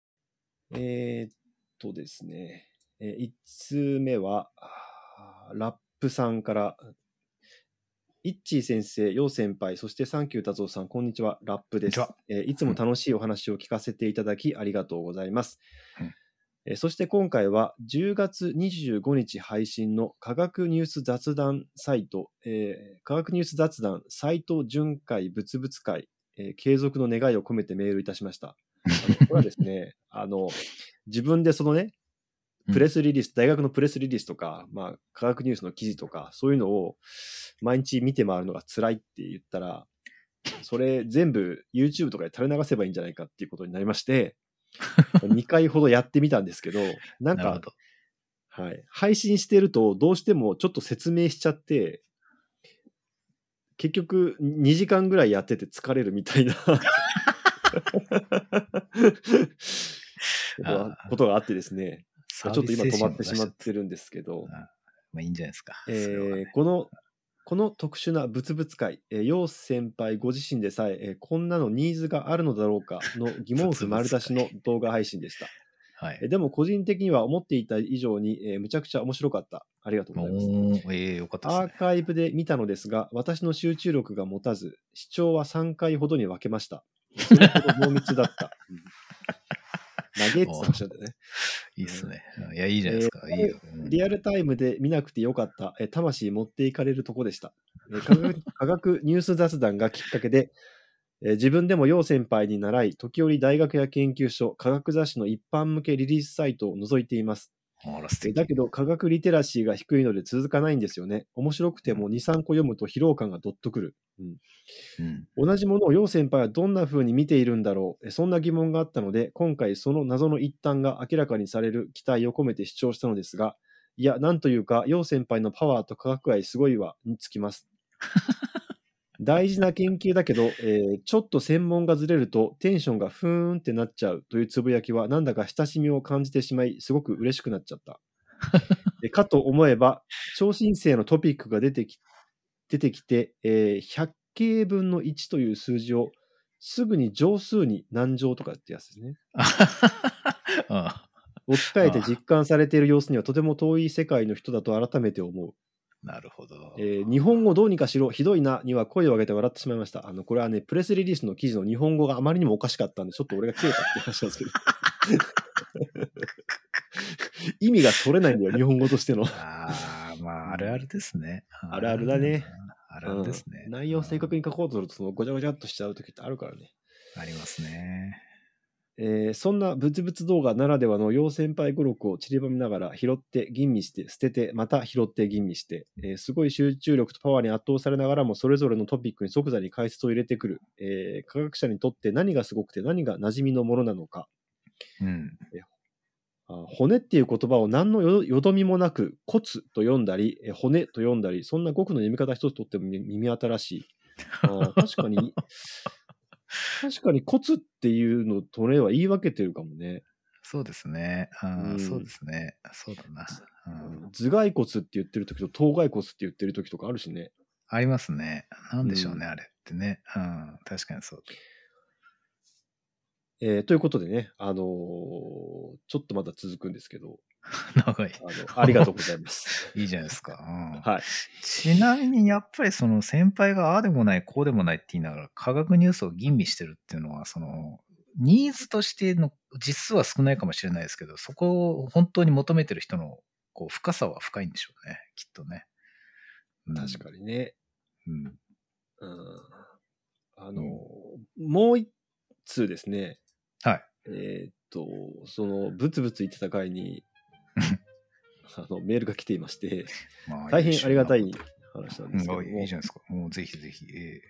ですね、1通目は、ラップさんから、イッチー先生、ヨウ先輩、そしてサンキュー達夫さん、こんにちは。ラップです。いつも楽しいお話を聞かせていただきありがとうございます。そして今回は10月25日配信の科学ニュース雑談サイト、科学ニュース雑談サイト巡回物々会、継続の願いを込めてメールいたしました。これはですね、自分でそのね、プレスリリース、大学のプレスリリースとか、科学ニュースの記事とか、そういうのを毎日見て回るのが辛いって言ったら、それ全部 YouTube とかで垂れ流せばいいんじゃないかっていうことになりまして、2回ほどやってみたんですけど、なんか、はい、配信してるとどうしてもちょっと説明しちゃって、結局2時間ぐらいやってて疲れるみたいなことがあってですね、ちょっと今止まってしまってるんですけど、 いいんじゃないですか。 この特殊な物々会、ヨウ先輩ご自身でさえこんなのニーズがあるのだろうかの疑問符丸出しの動画配信でした。でも個人的には思っていた以上に、むちゃくちゃ面白かった。ありがとうございます。 よかったですね。 アーカイブで見たのですが、私の集中力が持たず、視聴は3回ほどに分けました。それほど濃密だった。投げって話なんだよね。 いいっすね。いや、いいじゃないですか。いいよ。 リアルタイムで見なくてよかった。魂持っていかれるとこでした。科学ニュース雑談がきっかけで、自分でもヨウ先輩に習い、時折大学や研究所、科学雑誌の一般向けリリースサイトを覗いています。だけど科学リテラシーが低いので続かないんですよね。面白くても2、3個読むと疲労感がどっとくる。同じものをヨウ先輩はどんな風に見ているんだろう。そんな疑問があったので、今回その謎の一端が明らかにされる期待を込めて視聴したのですが、いや、なんというか、ヨウ先輩のパワーと科学愛すごいわにつきます。大事な研究だけど、ちょっと専門がずれるとテンションがふーんってなっちゃうというつぶやきはなんだか親しみを感じてしまい、すごく嬉しくなっちゃった。かと思えば、超新星のトピックが出てきて、100京分の1という数字をすぐに乗数に何乗とかってやつですね。置き換えて実感されている様子にはとても遠い世界の人だと改めて思う。 なるほど。 日本語どうにかしろ、ひどいなには声を上げて笑ってしまいました。これはね、プレスリリースの記事の日本語があまりにもおかしかったんで、ちょっと俺が消えたって話なんですけど。意味が取れないんだよ、日本語としての。 あるあるですね。 あるあるだね。 あるあるですね。 内容を正確に書こうとすると、そのごちゃごちゃっとしちゃう時ってあるからね。 ありますね。 そんなブツブツ動画ならではのヨウ先輩語録を散りばめながら拾って吟味して捨ててまた拾って吟味して、すごい集中力とパワーに圧倒されながらもそれぞれのトピックに即座に解説を入れてくる、科学者にとって何がすごくて何が馴染みのものなのか、骨っていう言葉を何のよどみもなく骨と読んだり骨と読んだり、そんな語句の読み方一つとっても耳新しい。確かに骨っていうのとねは言い分けてるかもね。 そうですね。そうですね。そうだな。 頭蓋骨って言ってる時と頭蓋骨って言ってる時とかあるしね。 ありますね。なんでしょうね、あれってね。確かにそう。 ということでね、ちょっとまだ続くんですけど。 長い。 ありがとうございます。 いいじゃないですか。 はい。 ちなみにやっぱりその先輩がああでもないこうでもないって言いながら科学ニュースを吟味してるっていうのはそのニーズとしての実数は少ないかもしれないですけど、そこを本当に求めてる人のこう深さは深いんでしょうね、きっとね。 確かにね。 もう一通ですね。 はい。 そのブツブツ言ってた回にメールが来ていまして、大変ありがたい話なんですけども。 いいじゃないですか。もうぜひぜひ。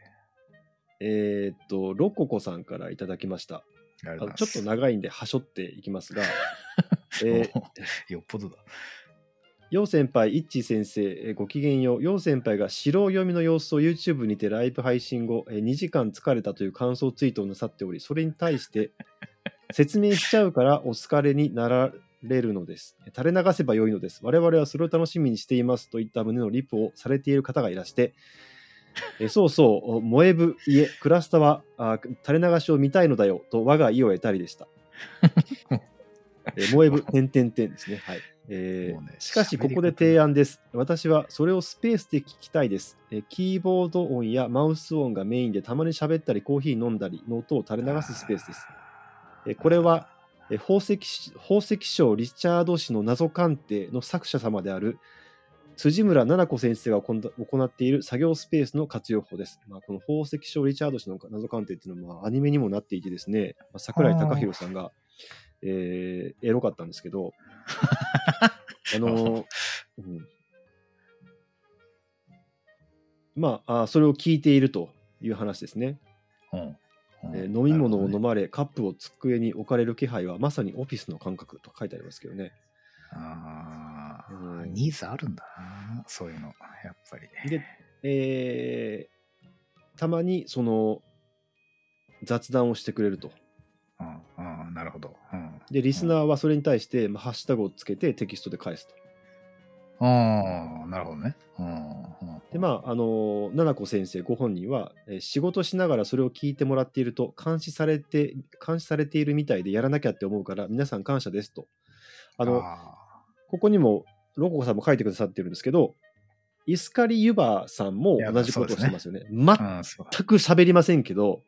ロココさんからいただきました。ちょっと長いんではしょっていきますが、 よっぽどだ。 ヨウ先輩、イッチー先生、ごきげんよう。ヨウ先輩が白読みの様子を YouTube にてライブ配信後、2時間疲れたという感想ツイートをなさっており、それに対して、 説明しちゃうからお疲れになられるのです。垂れ流せば良いのです。我々はそれを楽しみにしていますといった旨のリプをされている方がいらして、そうそう、萌えぶ家、クラスタは垂れ流しを見たいのだよと我が意を得たりでした。萌えぶ、ですね。はい。しかし、ここで提案です。私はそれをスペースで聞きたいです。キーボード音やマウス音がメインでたまに喋ったりコーヒー飲んだりの音を垂れ流すスペースです。これは宝石商リチャード氏の謎鑑定の作者様である辻村奈々子先生が行っている作業スペースの活用法です。この宝石商リチャード氏の謎鑑定っていうのはアニメにもなっていてですね、桜井貴弘さんがエロかったんですけど、それを聞いているという話ですね。飲み物を飲まれ、カップを机に置かれる気配はまさにオフィスの感覚と書いてありますけどね。 ニーズあるんだな、そういうの、やっぱり。 で、たまにその雑談をしてくれると。 なるほど。 で、リスナーはそれに対して、ハッシュタグをつけてテキストで返すと。 なるほどね。 で、奈々子先生ご本人は、仕事しながらそれを聞いてもらっていると監視されているみたいでやらなきゃって思うから皆さん感謝ですと。ここにもロココさんも書いてくださってるんですけど、イスカリユバさんも同じことをしてますよね。全く喋りませんけど、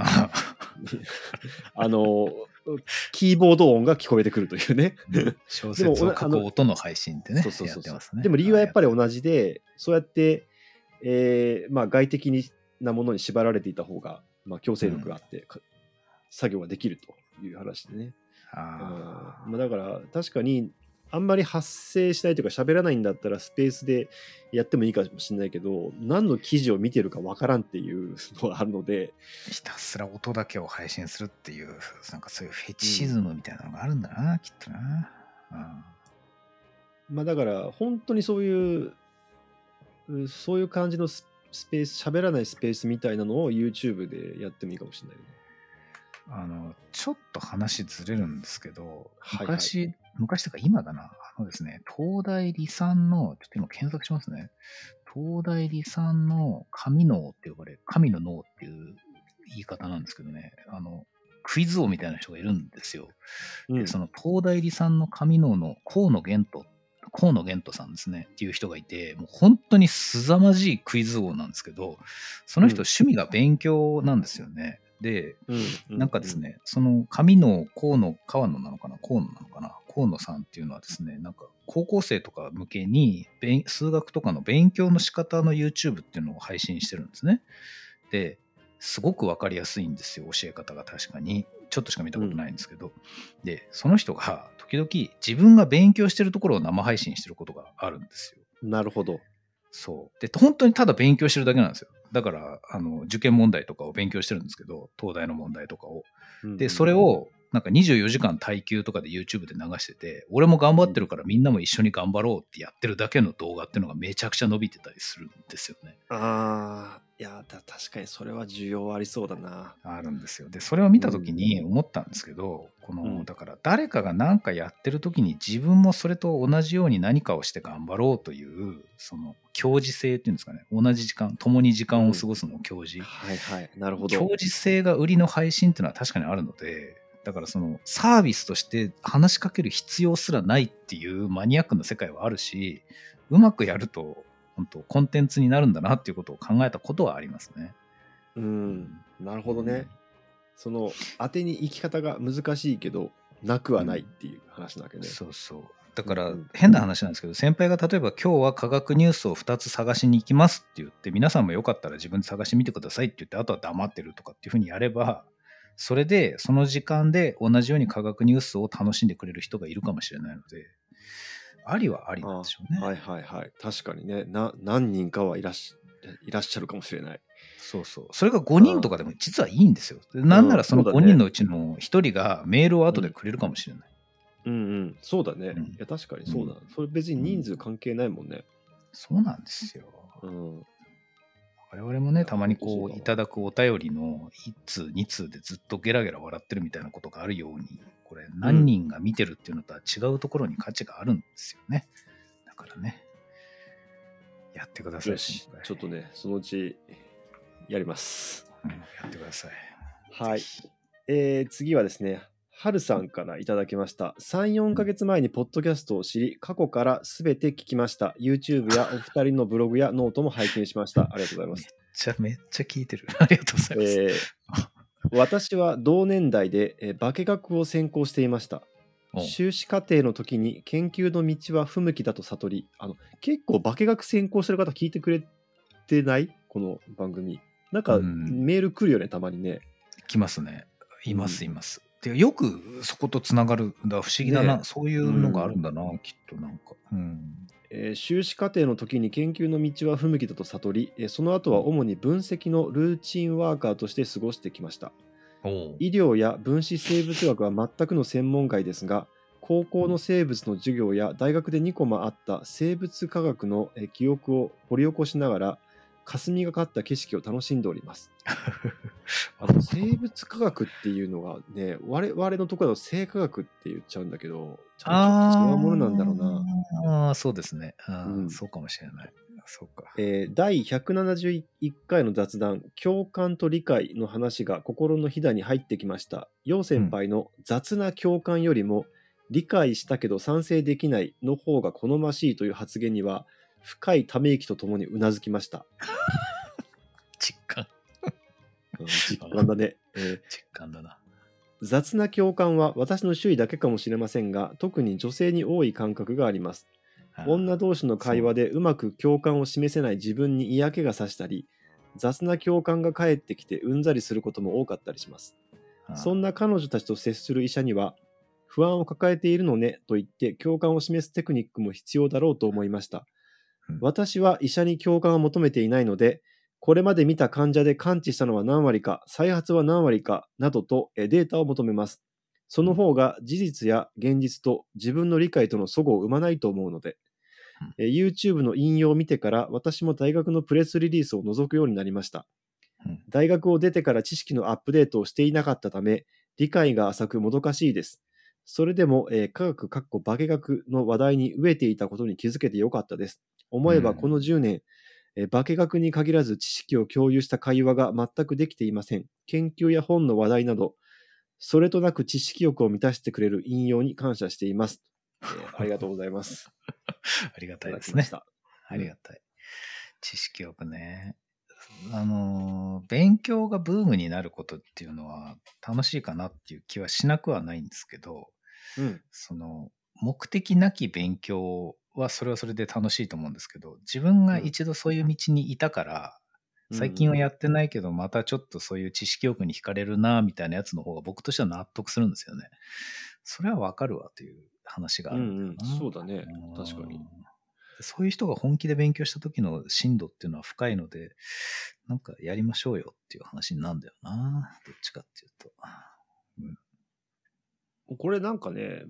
キーボード音が聞こえてくるというね。 小説を書く音の配信ってね、やってますね。 でも理由はやっぱり同じで、そうやって、外的なものに縛られていた方が、強制力があって、作業ができるという話でね。だから確かにあんまり発声しないというか喋らないんだったらスペースでやってもいいかもしれないけど、何の記事を見てるかわからんっていうのがあるので、 ひたすら音だけを配信するっていう、なんかそういうフェチシズムみたいなのがあるんだな、きっとな。だから本当にそういう感じのスペース、喋らないスペースみたいなのを YouTube でやってもいいかもしれないね。 ちょっと話ずれるんですけど、昔とか今だな、ですね、東大理産の、ちょっと今検索しますね。東大理産の神脳って呼ばれる、神の脳っていう言い方なんですけどね、クイズ王みたいな人がいるんですよ。で、その東大理産の神脳の河野玄斗さんですねっていう人がいて、もう本当に凄まじいクイズ王なんですけど、その人趣味が勉強なんですよね。で、なんかですね、その上の河野さんっていうのはですね、なんか高校生とか向けに数学とかの勉強の仕方の YouTube っていうのを配信してるんですね。で、すごくわかりやすいんですよ、教え方が確かに。ちょっとしか見たことないんですけど。で、その人が時々自分が勉強してるところを生配信してることがあるんですよ。 なるほど。 そう。で、本当にただ勉強してるだけなんですよ。だから、受験問題とかを勉強してるんですけど、東大の問題とかを。で、それを、なんか24時間耐久とかで YouTube で流してて、俺も頑張ってるからみんなも一緒に頑張ろうってやってるだけの動画っていうのがめちゃくちゃ伸びてたりするんですよね。 いや、確かにそれは需要ありそうだな。 あるんですよ。で、それを見たときに思ったんですけど、だから誰かが何かやってるときに自分もそれと同じように何かをして頑張ろうという、その共時性っていうんですかね、同じ時間、共に時間を過ごすのを共時。 なるほど。 共時性が売りの配信っていうのは確かにあるので、だからそのサービスとして話しかける必要すらないっていうマニアックな世界はあるし、うまくやると本当コンテンツになるんだなっていうことを考えたことはありますね。 なるほどね。その当てに行き方が難しいけどなくはないっていう話なわけね。 そうそう。だから変な話なんですけど、先輩が例えば今日は科学ニュースを2つ探しに行きますって言って、皆さんもよかったら自分で探してみてくださいって言って、あとは黙ってるとかっていうふうにやれば、それでその時間で同じように科学ニュースを楽しんでくれる人がいるかもしれないので、ありはありなんでしょうね。 確かにね、何人かはいらっしゃるかもしれない。 そうそう。それが5人とかでも実はいいんですよ。なんならその5人のうちの1人がメールを後でくれるかもしれない。 そうだね。いや確かにそうだ。それ別に人数関係ないもんね。 そうなんですよ。我々もね、たまにこう、いただ。 だくお便りの1通、2通でずっとゲラゲラ笑ってるみたいなことがあるように、これ何人が見てるっていうのとは違うところに価値があるんですよね。だからね、やってください。 よし、ちょっとね、そのうちやります。 やってください。 はい。 ぜひ次はですね、はるさんからいただきました。3、4ヶ月前にポッドキャストを知り、過去からすべて聞きました。YouTube やお二人のブログやノートも拝見しました。ありがとうございます。 めっちゃ聞いてる。ありがとうございます。 私は同年代で化学を専攻していました。 お修士課程の時に研究の道は不向きだと悟り、結構化学専攻してる方聞いてくれてないこの番組。なんかメール来るよね、たまにね。 来ますね。いますいます。でよくそことつながる。だ不思議だな、 ね。 そういうのがあるんだな、きっとなんか。 修士課程の時に研究の道は不向きだと悟り、その後は主に分析のルーチンワーカーとして過ごしてきました。医療や分子生物学は全くの専門外ですが、高校の生物の授業や大学で2コマあった生物科学の記憶を掘り起こしながら、霞がかった景色を楽しんでおります。生物科学っていうのがね、我々のところだと生化学って言っちゃうんだけど、ちょっと違うものなんだろうな。 ああ、そうですね。そうかもしれない。そうか。 第171回の雑談、共感と理解の話が心のひだに入ってきました。楊先輩の雑な共感よりも、理解したけど賛成できないの方が好ましいという発言には、深いため息とともにうなずきました。 実感。 実感だね。 実感だな。 雑な共感は私の周囲だけかもしれませんが、特に女性に多い感覚があります。女同士の会話でうまく共感を示せない自分に嫌気がさしたり、雑な共感が返ってきてうんざりすることも多かったりします。そんな彼女たちと接する医者には、不安を抱えているのねと言って共感を示すテクニックも必要だろうと思いました。私は医者に共感を求めていないので、これまで見た患者で完治したのは何割か、再発は何割かなどとデータを求めます。その方が事実や現実と自分の理解との齟齬を生まないと思うので、YouTube の引用を見てから私も大学のプレスリリースを覗くようになりました。大学を出てから知識のアップデートをしていなかったため、理解が浅くもどかしいです。それでも、科学化学の話題に飢えていたことに気づけてよかったです。思えばこの10年、化学に限らず知識を共有した会話が全くできていません。研究や本の話題など、それとなく知識欲を満たしてくれる引用に感謝しています。ありがとうございます。 ありがたいですね。ありがたい。知識欲ね。勉強がブームになることっていうのは楽しいかなっていう気はしなくはないんですけど、その目的なき勉強はそれはそれで楽しいと思うんですけど、自分が一度そういう道にいたから、最近はやってないけど、またちょっとそういう知識欲に惹かれるなみたいなやつの方が僕としては納得するんですよね。それはわかるわという話があるんだよな。 そうだね。確かに。 そういう人が本気で勉強した時の深度っていうのは深いので、なんかやりましょうよっていう話になるんだよな。どっちかっていうと。 これなんかね、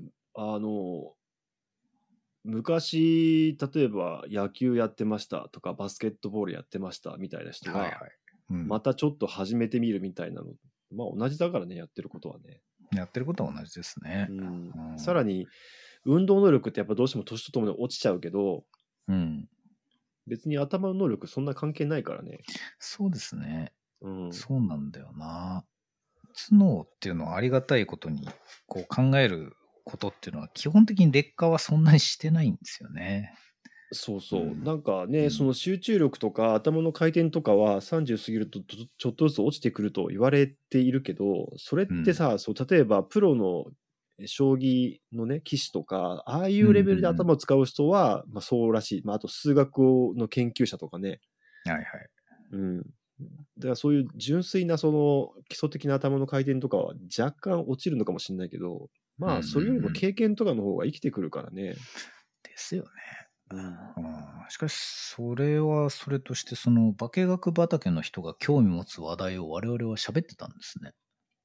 昔、例えば野球やってましたとか、バスケットボールやってましたみたいな人が、またちょっと始めてみるみたいなの、まあ同じだからね、やってることはね。 やってることは同じですね。 さらに、運動能力ってやっぱどうしても年とともに落ちちゃうけど、別に頭の能力そんな関係ないからね。 そうですね。そうなんだよな。頭脳っていうのはありがたいことにこう考えることっていうのは基本的に劣化はそんなにしてないんですよね。 そうそう。なんかね、その集中力とか頭の回転とかは30過ぎるとちょっとずつ落ちてくると言われているけど、それってさ、例えばプロの将棋のね、棋士とか、ああいうレベルで頭を使う人は、そうらしい。あと数学の研究者とかね。 はいはい。 だからそういう純粋なその基礎的な頭の回転とかは若干落ちるのかもしれないけど、それよりも経験とかの方が生きてくるからね。 ですよね。しかしそれはそれとしてその化学畑の人が興味持つ話題を我々は喋ってたんですね。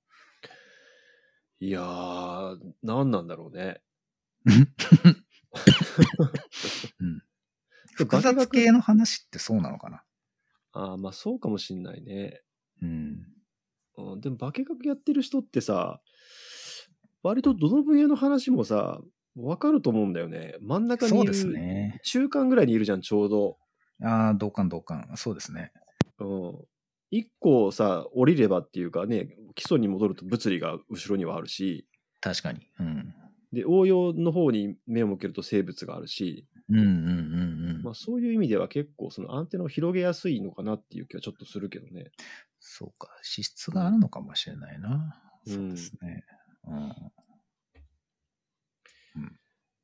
いやー、何なんだろうね。 複雑系の話ってそうなのかな。 まあそうかもしんないね。 うん。 でも化学やってる人ってさ、割とどの分野の話もさ、わかると思うんだよね。真ん中にそうですいる、 ね。 中間ぐらいにいるじゃん、ちょうど。 同感。そうですね。 一個さ、降りればっていうかね、基礎に戻ると物理が後ろにはあるし、 確かに。うん。 で、応用の方に目を向けると生物があるし、 うんうんうんうん。 まあそういう意味では結構そのアンテナを広げやすいのかなっていう気はちょっとするけどね。 そうか。資質があるのかもしれないな。 うんそうですね。うん。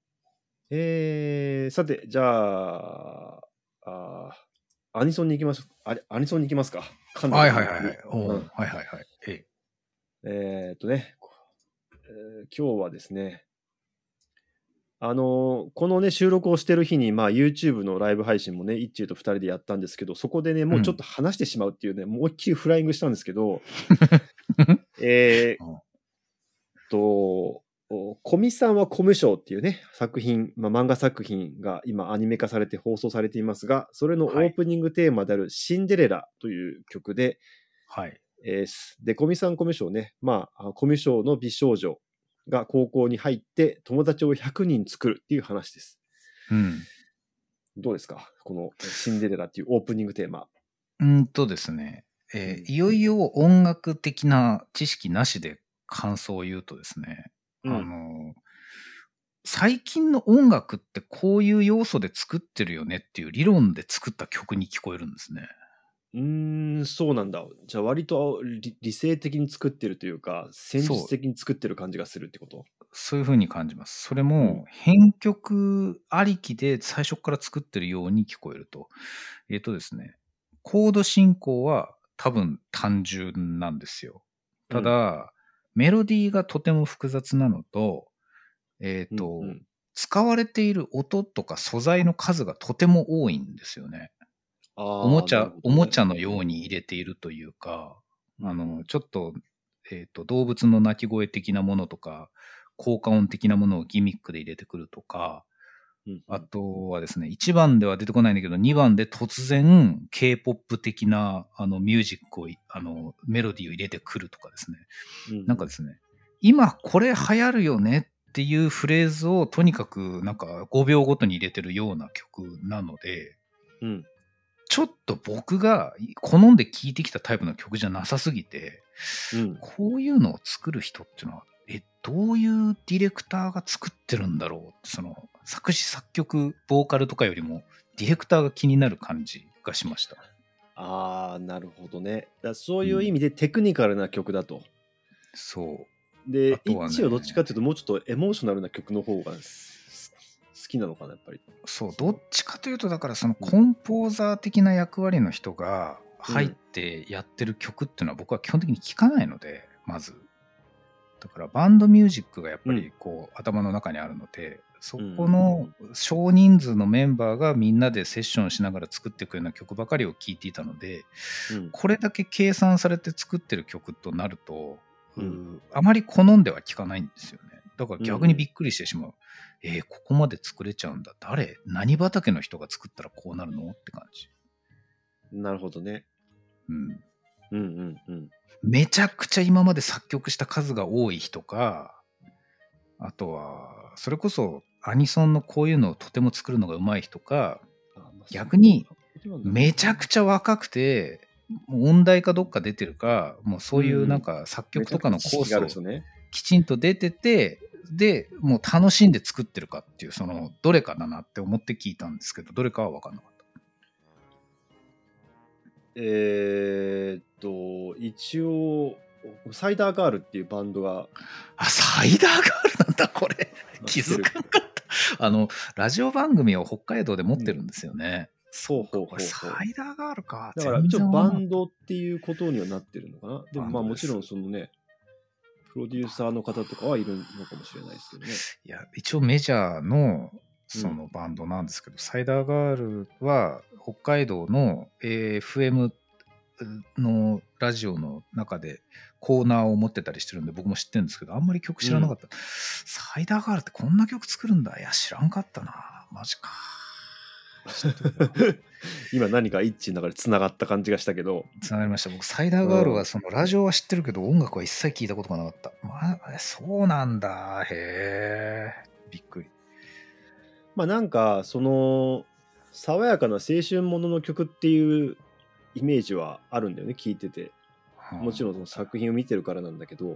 さて、じゃあ、アニソンに行きましょう。アニソンに行きますか。噛んだはい時に。 はいはいはい。はいはいはい。 今日はですね、このね、収録をしてる日に、まあ、YouTube のライブ配信もね、一中と二人でやったんですけど、そこでね、もうちょっと話してしまうっていうね、もう一気にフライングしたんですけど、えーっと、古見さんはコミュ障っていうね、作品、まあ、漫画作品が今アニメ化されて放送されていますが、それのオープニングテーマであるシンデレラという曲で、 はい。 で、古見さんコミュ障ね、まあ、コミュ障の美少女が高校に入って友達を100人作るっていう話です。 うん。 どうですかこのシンデレラっていうオープニングテーマ。 ですね、いよいよ音楽的な知識なしで感想を言うとですね、最近の音楽ってこういう要素で作ってるよねっていう理論で作った曲に聞こえるんですね。 そうなんだ。じゃあ割と理性的に作ってるというか、戦術そう、 的に作ってる感じがするってこと？ そういう風に感じます。それも編曲ありきで最初から作ってるように聞こえると。ですね、コード進行は多分単純なんですよ。ただ、メロディーがとても複雑なのと、使われている音とか素材の数がとても多いんですよね。おもちなるゃほどね。 おもちゃのように入れているというか、 うんちょっと、動物の鳴き声的なものとか、効果音的なものをギミックで入れてくるとか、あとはですね、1番では出てこないんだけど、2番で突然 K-POP 的なミュージックをメロディーを入れてくるとかですね。なんかですね、今これ流行るよねっていうフレーズをとにかくなんか5秒ごとに入れてるような曲なので、ちょっと僕が好んで聴いてきたタイプの曲じゃなさすぎて、こういうのを作る人っていうのは、どういうディレクターが作ってるんだろうって、その作詞作曲ボーカルとかよりもディレクターが気になる感じがしました。 なるほどね。そういう意味でテクニカルな曲だと。 そう。 で、 あとはね一応どっちかっていうともうちょっとエモーショナルな曲の方が好きなのかな、やっぱり。 そう、どっちかというと、だからそのコンポーザー的な役割の人が入ってやってる曲っていうのは僕は基本的に聴かないので、まず。だからバンドミュージックがやっぱりこう頭の中にあるので、そこの少人数のメンバーがみんなでセッションしながら作っていくような曲ばかりを聴いていたので、これだけ計算されて作ってる曲となると、あまり好んでは聴かないんですよね。だから逆にびっくりしてしまう。ここまで作れちゃうんだ。何畑の人が作ったらこうなるのって感じ。 なるほどね。 めちゃくちゃ今まで作曲した数が多い人か、あとは、それこそアニソンのこういうのをとても作るのが上手い人か、逆にめちゃくちゃ若くて、音大かどっか出てるか、もうそういうなんか作曲とかのコースをきちんと出てて、で、もう楽しんで作ってるかっていう、その、どれかだなって思って聞いたんですけど、どれかは分かんなかった。 一応、サイダーガールっていうバンドが。 サイダーガールなんだ、これ。気づかなかった。ラジオ番組を北海道で持ってるんですよね。 そう。 サイダーガールか。 だから一応バンドっていうことにはなってるのかな。でもまあもちろんそのね、プロデューサーの方とかはいるのかもしれないですけどね。 いや、一応メジャーのそのバンドなんですけど、サイダーガールは北海道の FM のラジオの中でコーナーを持ってたりしてるんで僕も知ってるんですけど、あんまり曲知らなかった。サイダーガールってこんな曲作るんだ。いや、知らんかったな。マジか。 知ってるな。 今何か一致の中でつながった感じがしたけど、 つながりました。僕、サイダーガールはそのラジオは知ってるけど、音楽は一切聞いたことがなかった。まあ、そうなんだ。へえ。びっくり。 まあなんかその爽やかな青春ものの曲っていうイメージはあるんだよね、聞いてて。もちろんその作品を見てるからなんだけど、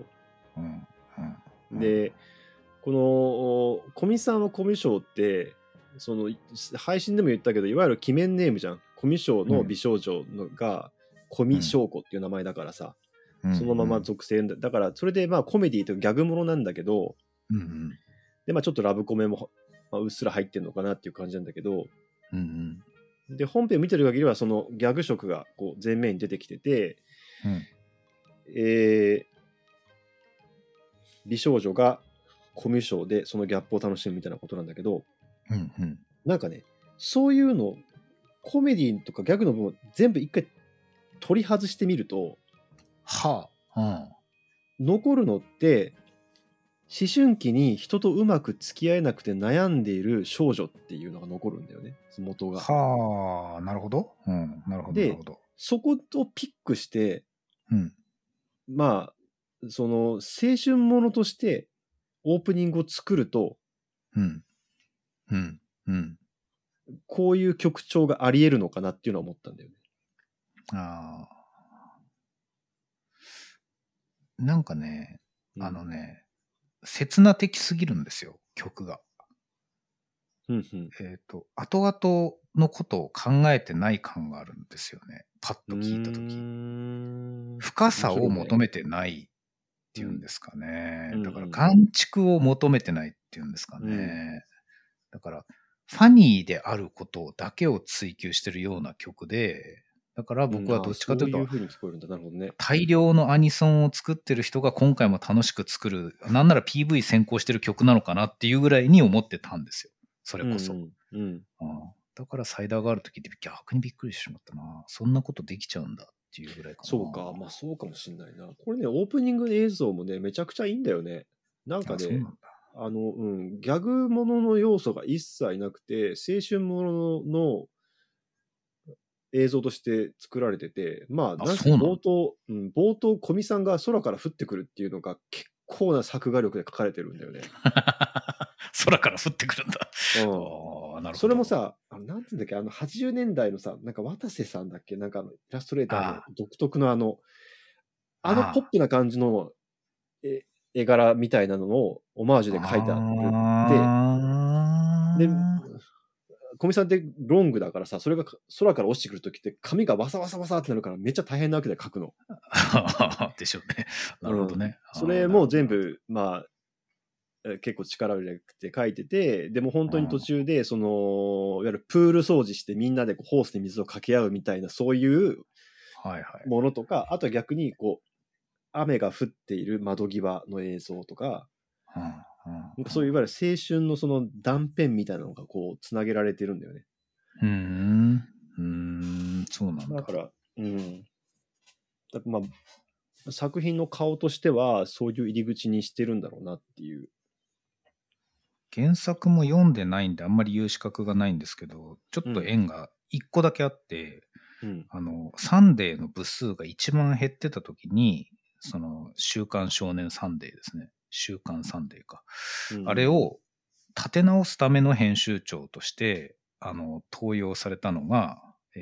でこの古見さんは古見賞ってその配信でも言ったけど、いわゆる記念ネームじゃん。古見賞の美少女のが古見翔子っていう名前だからさ、そのまま属性だから、それでまあコメディとかギャグものなんだけど、でまあちょっとラブコメもうっすら入ってんのかなっていう感じなんだけど、で本編見てる限りはそのギャグ色がこう前面に出てきてて、美少女がコミュ障でそのギャップを楽しむみたいなことなんだけど、なんかね、そういうのコメディとかギャグの部分全部一回取り外してみると、残るのって思春期に人とうまく付き合えなくて悩んでいる少女っていうのが残るんだよね、元が。 はあ、なるほど。なるほど。 で、そことピックして、まあその青春ものとしてオープニングを作ると、こういう曲調がありえるのかなっていうのは思ったんだよね。 なんかね、刹那的すぎるんですよ、曲が。後々のことを考えてない感があるんですよね。パッと聞いたとき。深さを求めてないっていうんですかね。だから、眼蓄を求めてないっていうんですかね。だから、ファニーであることだけを追求してるような曲で、だから僕はどっちかというと、大量のアニソンを作ってる人が今回も楽しく作る、なんなら PV 先行してる曲なのかなっていうぐらいに思ってたんですよ。それこそ。だからサイダーがあるときって逆にびっくりしてしまったな。そんなことできちゃうんだっていうぐらいかな。 そうか、まあそうかもしんないな。これね、オープニング映像もね、めちゃくちゃいいんだよね。なんかね、ギャグものの要素が一切なくて、青春ものの映像として作られてて、まあ、なんせ冒頭、小見さんが空から降ってくるっていうのが結構な作画力で書かれてるんだよね。 空から降ってくるんだ。 なるほど。それもさ、なんていうんだっけ、80年代のさ、なんか渡瀬さんだっけ、なんかイラストレーターの独特のポップな感じの絵柄みたいなのをオマージュで描いてある。で、小見さんってロングだからさ、それが空から落ちてくるときって髪がワサワサワサってなるからめっちゃ大変なわけで描くの。 でしょうね。なるほどね。 それも全部、まあ、結構力を入れて描いてて、でも本当に途中で、いわゆるプール掃除してみんなでホースで水をかけ合うみたいな、そういうものとか、あとは逆に雨が降っている窓際の映像とか、そういういわゆる青春のその断片みたいなのがつなげられてるんだよね。 そうなんだ。 だから、まあ、作品の顔としてはそういう入り口にしてるんだろうなっていう。 原作も読んでないんであんまり言う資格がないんですけど、ちょっと縁が1個だけあって、サンデーの部数が一番減ってた時に、その週刊少年サンデーですね。週刊サンデーか。あれを立て直すための編集長として、登用されたのが、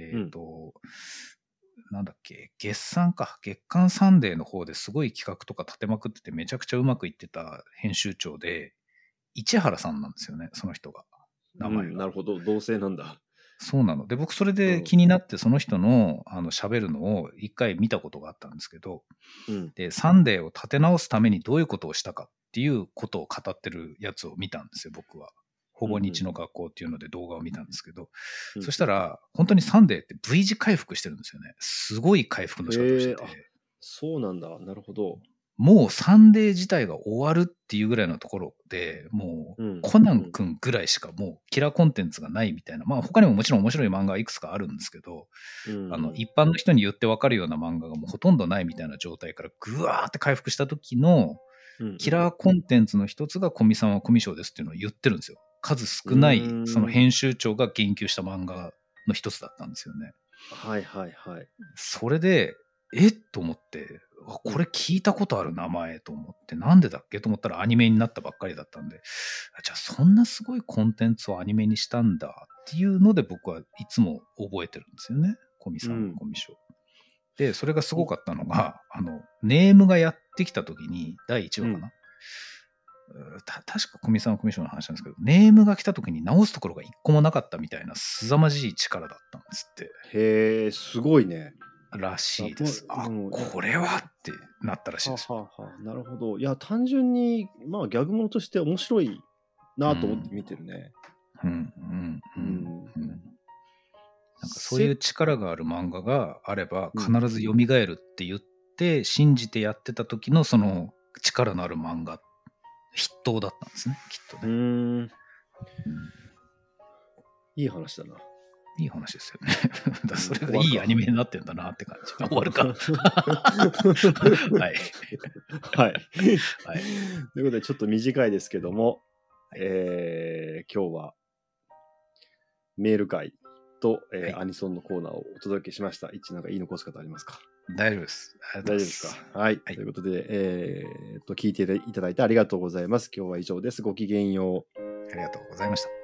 なんだっけ、月刊サンデーの方ですごい企画とか立てまくっててめちゃくちゃうまくいってた編集長で、市原さんなんですよね、その人が。名前が。 なるほど、同性なんだ。 そうなの。で、僕それで気になってその人の喋るのを一回見たことがあったんですけど、で、サンデーを立て直すためにどういうことをしたかっていうことを語ってるやつを見たんですよ、僕は。ほぼ日の学校っていうので動画を見たんですけど、そしたら、本当にサンデーって V 字回復してるんですよね。すごい回復の仕方をしてて。 そうなんだ。なるほど。 もうサンデー自体が終わるっていうぐらいのところで、もうコナン君ぐらいしかもうキラーコンテンツがないみたいな。まあ他にももちろん面白い漫画はいくつかあるんですけど、一般の人に言ってわかるような漫画がもうほとんどないみたいな状態からぐわーって回復した時のキラーコンテンツの一つがコミさんはコミショですっていうのを言ってるんですよ。 数少ないんその編集長が言及した漫画の一つだったんですよね。 はいはいはい。 それで、と思って、これ聞いたことある名前と思って、なんでだっけと思ったらアニメになったばっかりだったんで、じゃあそんなすごいコンテンツをアニメにしたんだっていうので僕はいつも覚えてるんですよね。コミさんのコミショ。で、それがすごかったのが、ネームがやってきた時に、第1話かな。確かコミさんのコミショの話なんですけど、ネームが来た時に直すところが一個もなかったみたいな凄まじい力だったんですって。 へえ、すごいね。 らしいです。これはってなったらしいです。 なるほど。いや、単純に、まあ、ギャグものとして面白いなと思って見てるね。 なんかそういう力がある漫画があれば必ず蘇るって言って信じてやってた時のその力のある漫画筆頭だったんですね、きっとね。 いい話だな。 いい話ですよね。だそれがいいアニメになってんだなって感じ。終わるか。はい。 はい。はい。ということで、ちょっと短いですけども、今日はメール会と、アニソンのコーナーをお届けしました。一致なんか言い残すことありますか？ 大丈夫です。 大丈夫ですか？はい。ということで、聞いていただいてありがとうございます。今日は以上です。ごきげんよう。 ありがとうございました。